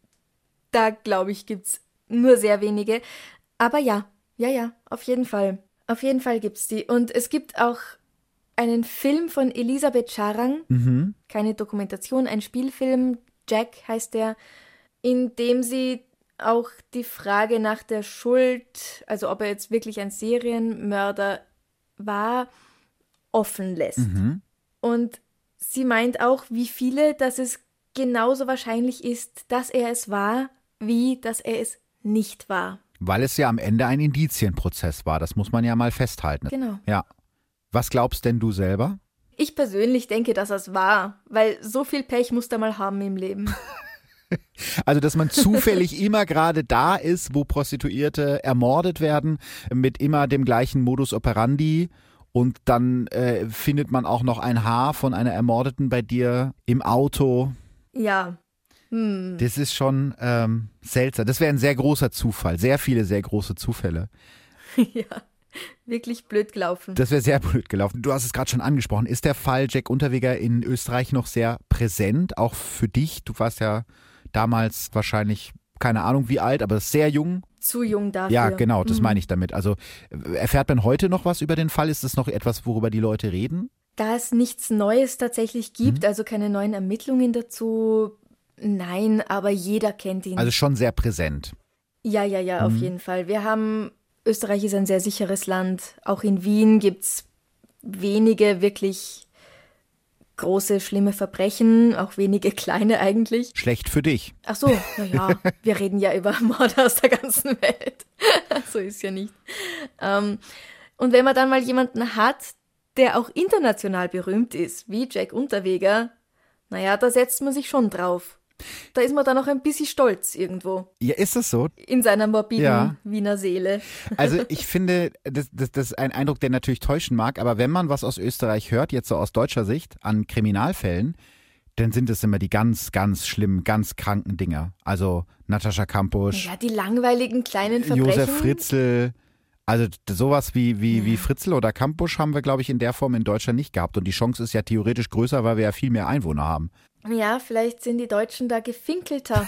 da glaube ich, gibt es nur sehr wenige. Aber ja, auf jeden Fall. Auf jeden Fall gibt es die. Und es gibt auch einen Film von Elisabeth Scharang, keine Dokumentation, ein Spielfilm, Jack heißt der, in dem sie auch die Frage nach der Schuld, also ob er jetzt wirklich ein Serienmörder war, offen lässt. Und sie meint auch, wie viele, dass es genauso wahrscheinlich ist, dass er es war, wie dass er es nicht war. Weil es ja am Ende ein Indizienprozess war, das muss man ja mal festhalten. Genau. Ja. Was glaubst denn du selber? Ich persönlich denke, dass es war, weil so viel Pech musst du mal haben im Leben. Also, dass man zufällig immer gerade da ist, wo Prostituierte ermordet werden, mit immer dem gleichen Modus operandi. Und dann findet man auch noch ein Haar von einer Ermordeten bei dir im Auto. Ja. Das ist schon seltsam. Das wäre ein sehr großer Zufall. Sehr viele, sehr große Zufälle. Ja, wirklich blöd gelaufen. Das wäre sehr blöd gelaufen. Du hast es gerade schon angesprochen. Ist der Fall Jack Unterweger in Österreich noch sehr präsent, auch für dich? Du warst ja damals wahrscheinlich, keine Ahnung wie alt, aber sehr jung. Zu jung dafür. Ja, genau, das meine ich damit. Also erfährt man heute noch was über den Fall? Ist das noch etwas, worüber die Leute reden? Da es nichts Neues tatsächlich gibt, also keine neuen Ermittlungen dazu, nein, aber jeder kennt ihn. Also schon sehr präsent. Ja, auf jeden Fall. Österreich ist ein sehr sicheres Land. Auch in Wien gibt es wenige wirklich große, schlimme Verbrechen, auch wenige kleine eigentlich. Schlecht für dich. Ach so, naja, wir reden ja über Morde aus der ganzen Welt. So ist ja nicht. Und wenn man dann mal jemanden hat, der auch international berühmt ist, wie Jack Unterweger, naja, da setzt man sich schon drauf. Da ist man dann auch ein bisschen stolz irgendwo. Ja, ist das so? In seiner morbiden Wiener Seele. Also ich finde, das ist ein Eindruck, der natürlich täuschen mag, aber wenn man was aus Österreich hört, jetzt so aus deutscher Sicht, an Kriminalfällen, dann sind es immer die ganz, ganz schlimmen, ganz kranken Dinger. Also Natascha Kampusch. Ja, die langweiligen kleinen Verbrechen. Josef Fritzl. Also sowas wie Fritzl oder Kampusch haben wir, glaube ich, in der Form in Deutschland nicht gehabt. Und die Chance ist ja theoretisch größer, weil wir ja viel mehr Einwohner haben. Ja, vielleicht sind die Deutschen da gefinkelter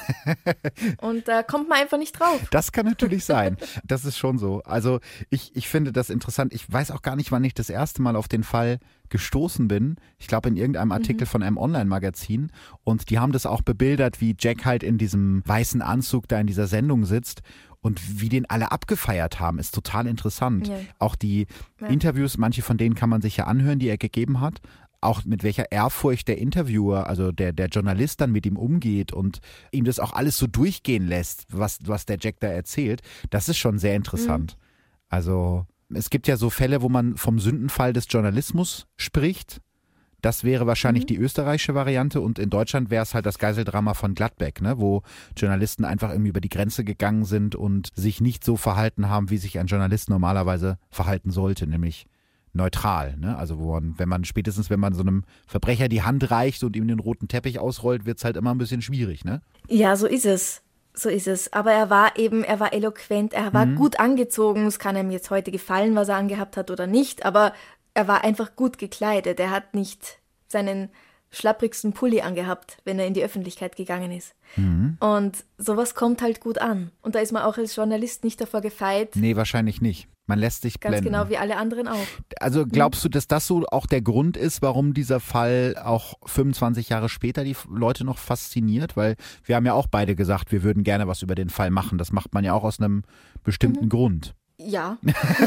und da kommt man einfach nicht drauf. Das kann natürlich sein. Das ist schon so. Also ich finde das interessant. Ich weiß auch gar nicht, wann ich das erste Mal auf den Fall gestoßen bin. Ich glaube in irgendeinem Artikel von einem Online-Magazin. Und die haben das auch bebildert, wie Jack halt in diesem weißen Anzug da in dieser Sendung sitzt. Und wie den alle abgefeiert haben, ist total interessant. Ja. Auch die Interviews, manche von denen kann man sich ja anhören, die er gegeben hat. Auch mit welcher Ehrfurcht der Interviewer, also der Journalist dann mit ihm umgeht und ihm das auch alles so durchgehen lässt, was der Jack da erzählt, das ist schon sehr interessant. Also es gibt ja so Fälle, wo man vom Sündenfall des Journalismus spricht. Das wäre wahrscheinlich die österreichische Variante und in Deutschland wäre es halt das Geiseldrama von Gladbeck, ne, wo Journalisten einfach irgendwie über die Grenze gegangen sind und sich nicht so verhalten haben, wie sich ein Journalist normalerweise verhalten sollte, nämlich neutral, ne? Also wenn man so einem Verbrecher die Hand reicht und ihm den roten Teppich ausrollt, wird es halt immer ein bisschen schwierig, ne? Ja, so ist es. So ist es. Aber er war eloquent, er war gut angezogen. Es kann einem jetzt heute gefallen, was er angehabt hat oder nicht, aber er war einfach gut gekleidet. Er hat nicht seinen schlapprigsten Pulli angehabt, wenn er in die Öffentlichkeit gegangen ist. Und sowas kommt halt gut an. Und da ist man auch als Journalist nicht davor gefeit. Nee, wahrscheinlich nicht. Man lässt sich blenden. Ganz genau wie alle anderen auch. Also glaubst du, dass das so auch der Grund ist, warum dieser Fall auch 25 Jahre später die Leute noch fasziniert? Weil wir haben ja auch beide gesagt, wir würden gerne was über den Fall machen. Das macht man ja auch aus einem bestimmten Grund. Ja.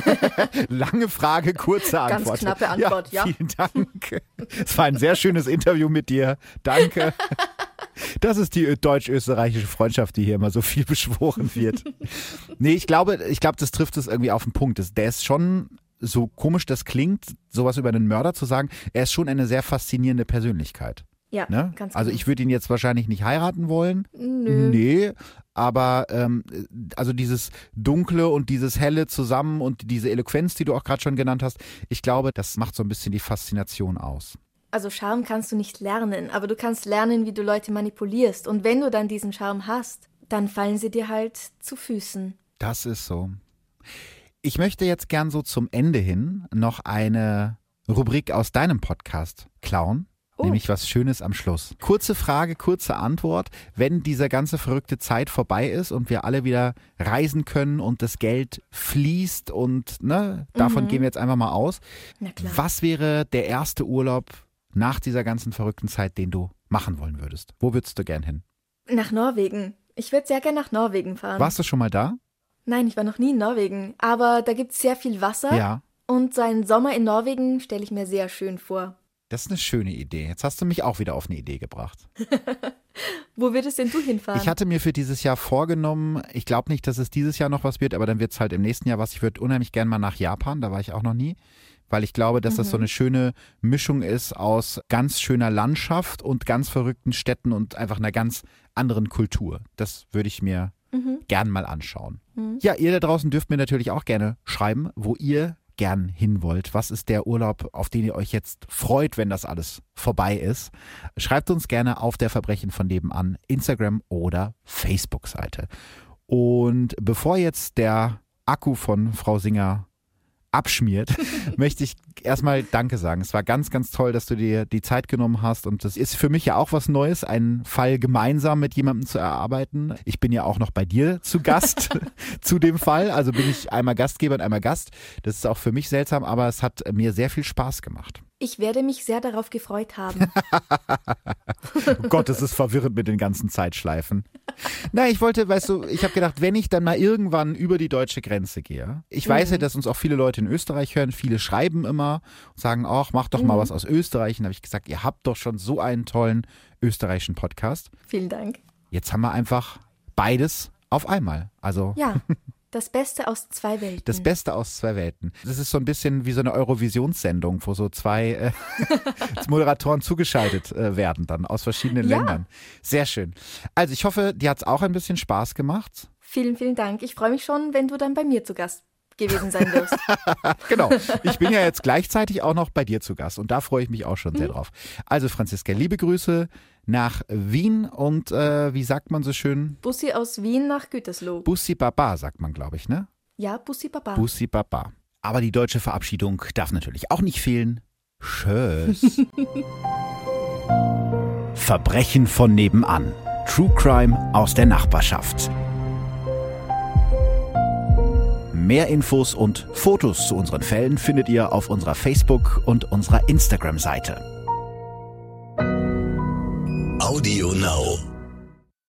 Lange Frage, kurze Antwort. Ganz knappe Antwort, ja. Vielen Dank. Es war ein sehr schönes Interview mit dir. Danke. Das ist die deutsch-österreichische Freundschaft, die hier immer so viel beschworen wird. Nee, ich glaube, das trifft es irgendwie auf den Punkt. Der ist schon, so komisch das klingt, sowas über einen Mörder zu sagen, er ist schon eine sehr faszinierende Persönlichkeit. Ja, ne? ganz Also genau. ich würde ihn jetzt wahrscheinlich nicht heiraten wollen. Nö. Nee, aber also dieses Dunkle und dieses Helle zusammen und diese Eloquenz, die du auch gerade schon genannt hast, ich glaube, das macht so ein bisschen die Faszination aus. Also Charme kannst du nicht lernen, aber du kannst lernen, wie du Leute manipulierst. Und wenn du dann diesen Charme hast, dann fallen sie dir halt zu Füßen. Das ist so. Ich möchte jetzt gern so zum Ende hin noch eine Rubrik aus deinem Podcast klauen. Nämlich was Schönes am Schluss. Kurze Frage, kurze Antwort. Wenn diese ganze verrückte Zeit vorbei ist und wir alle wieder reisen können und das Geld fließt und davon gehen wir jetzt einfach mal aus. Na klar. Was wäre der erste Urlaub nach dieser ganzen verrückten Zeit, den du machen wollen würdest? Wo würdest du gern hin? Nach Norwegen. Ich würde sehr gerne nach Norwegen fahren. Warst du schon mal da? Nein, ich war noch nie in Norwegen. Aber da gibt es sehr viel Wasser. Ja. Und so einen Sommer in Norwegen stelle ich mir sehr schön vor. Das ist eine schöne Idee. Jetzt hast du mich auch wieder auf eine Idee gebracht. Wo würdest denn du hinfahren? Ich hatte mir für dieses Jahr vorgenommen, ich glaube nicht, dass es dieses Jahr noch was wird, aber dann wird es halt im nächsten Jahr was. Ich würde unheimlich gerne mal nach Japan, da war ich auch noch nie, weil ich glaube, dass das so eine schöne Mischung ist aus ganz schöner Landschaft und ganz verrückten Städten und einfach einer ganz anderen Kultur. Das würde ich mir gern mal anschauen. Ja, ihr da draußen dürft mir natürlich auch gerne schreiben, wo ihr gern hin wollt. Was ist der Urlaub, auf den ihr euch jetzt freut, wenn das alles vorbei ist? Schreibt uns gerne auf der Verbrechen von nebenan Instagram oder Facebook-Seite. Und bevor jetzt der Akku von Frau Singer abschmiert, möchte ich erstmal Danke sagen. Es war ganz, ganz toll, dass du dir die Zeit genommen hast und das ist für mich ja auch was Neues, einen Fall gemeinsam mit jemandem zu erarbeiten. Ich bin ja auch noch bei dir zu Gast zu dem Fall, also bin ich einmal Gastgeber und einmal Gast. Das ist auch für mich seltsam, aber es hat mir sehr viel Spaß gemacht. Ich werde mich sehr darauf gefreut haben. Oh Gott, das ist verwirrend mit den ganzen Zeitschleifen. Na, ich habe gedacht, wenn ich dann mal irgendwann über die deutsche Grenze gehe. Ich weiß ja, dass uns auch viele Leute in Österreich hören. Viele schreiben immer und sagen, ach, mach doch mal was aus Österreich. Und da habe ich gesagt, ihr habt doch schon so einen tollen österreichischen Podcast. Vielen Dank. Jetzt haben wir einfach beides auf einmal. Also Ja, das Beste aus zwei Welten. das Beste aus zwei Welten. Das ist so ein bisschen wie so eine Eurovisionssendung, wo so zwei Moderatoren zugeschaltet werden dann aus verschiedenen Ländern. Sehr schön. Also ich hoffe, dir hat es auch ein bisschen Spaß gemacht. Vielen, vielen Dank. Ich freue mich schon, wenn du dann bei mir zu Gast gewesen sein wirst. Genau. Ich bin ja jetzt gleichzeitig auch noch bei dir zu Gast und da freue ich mich auch schon sehr drauf. Also Franziska, liebe Grüße nach Wien und wie sagt man so schön? Bussi aus Wien nach Gütersloh. Bussi Baba sagt man, glaube ich, ne? Ja, Bussi Baba. Bussi Baba. Aber die deutsche Verabschiedung darf natürlich auch nicht fehlen. Tschüss. Verbrechen von nebenan. True Crime aus der Nachbarschaft. Mehr Infos und Fotos zu unseren Fällen findet ihr auf unserer Facebook- und unserer Instagram-Seite. Audio Now.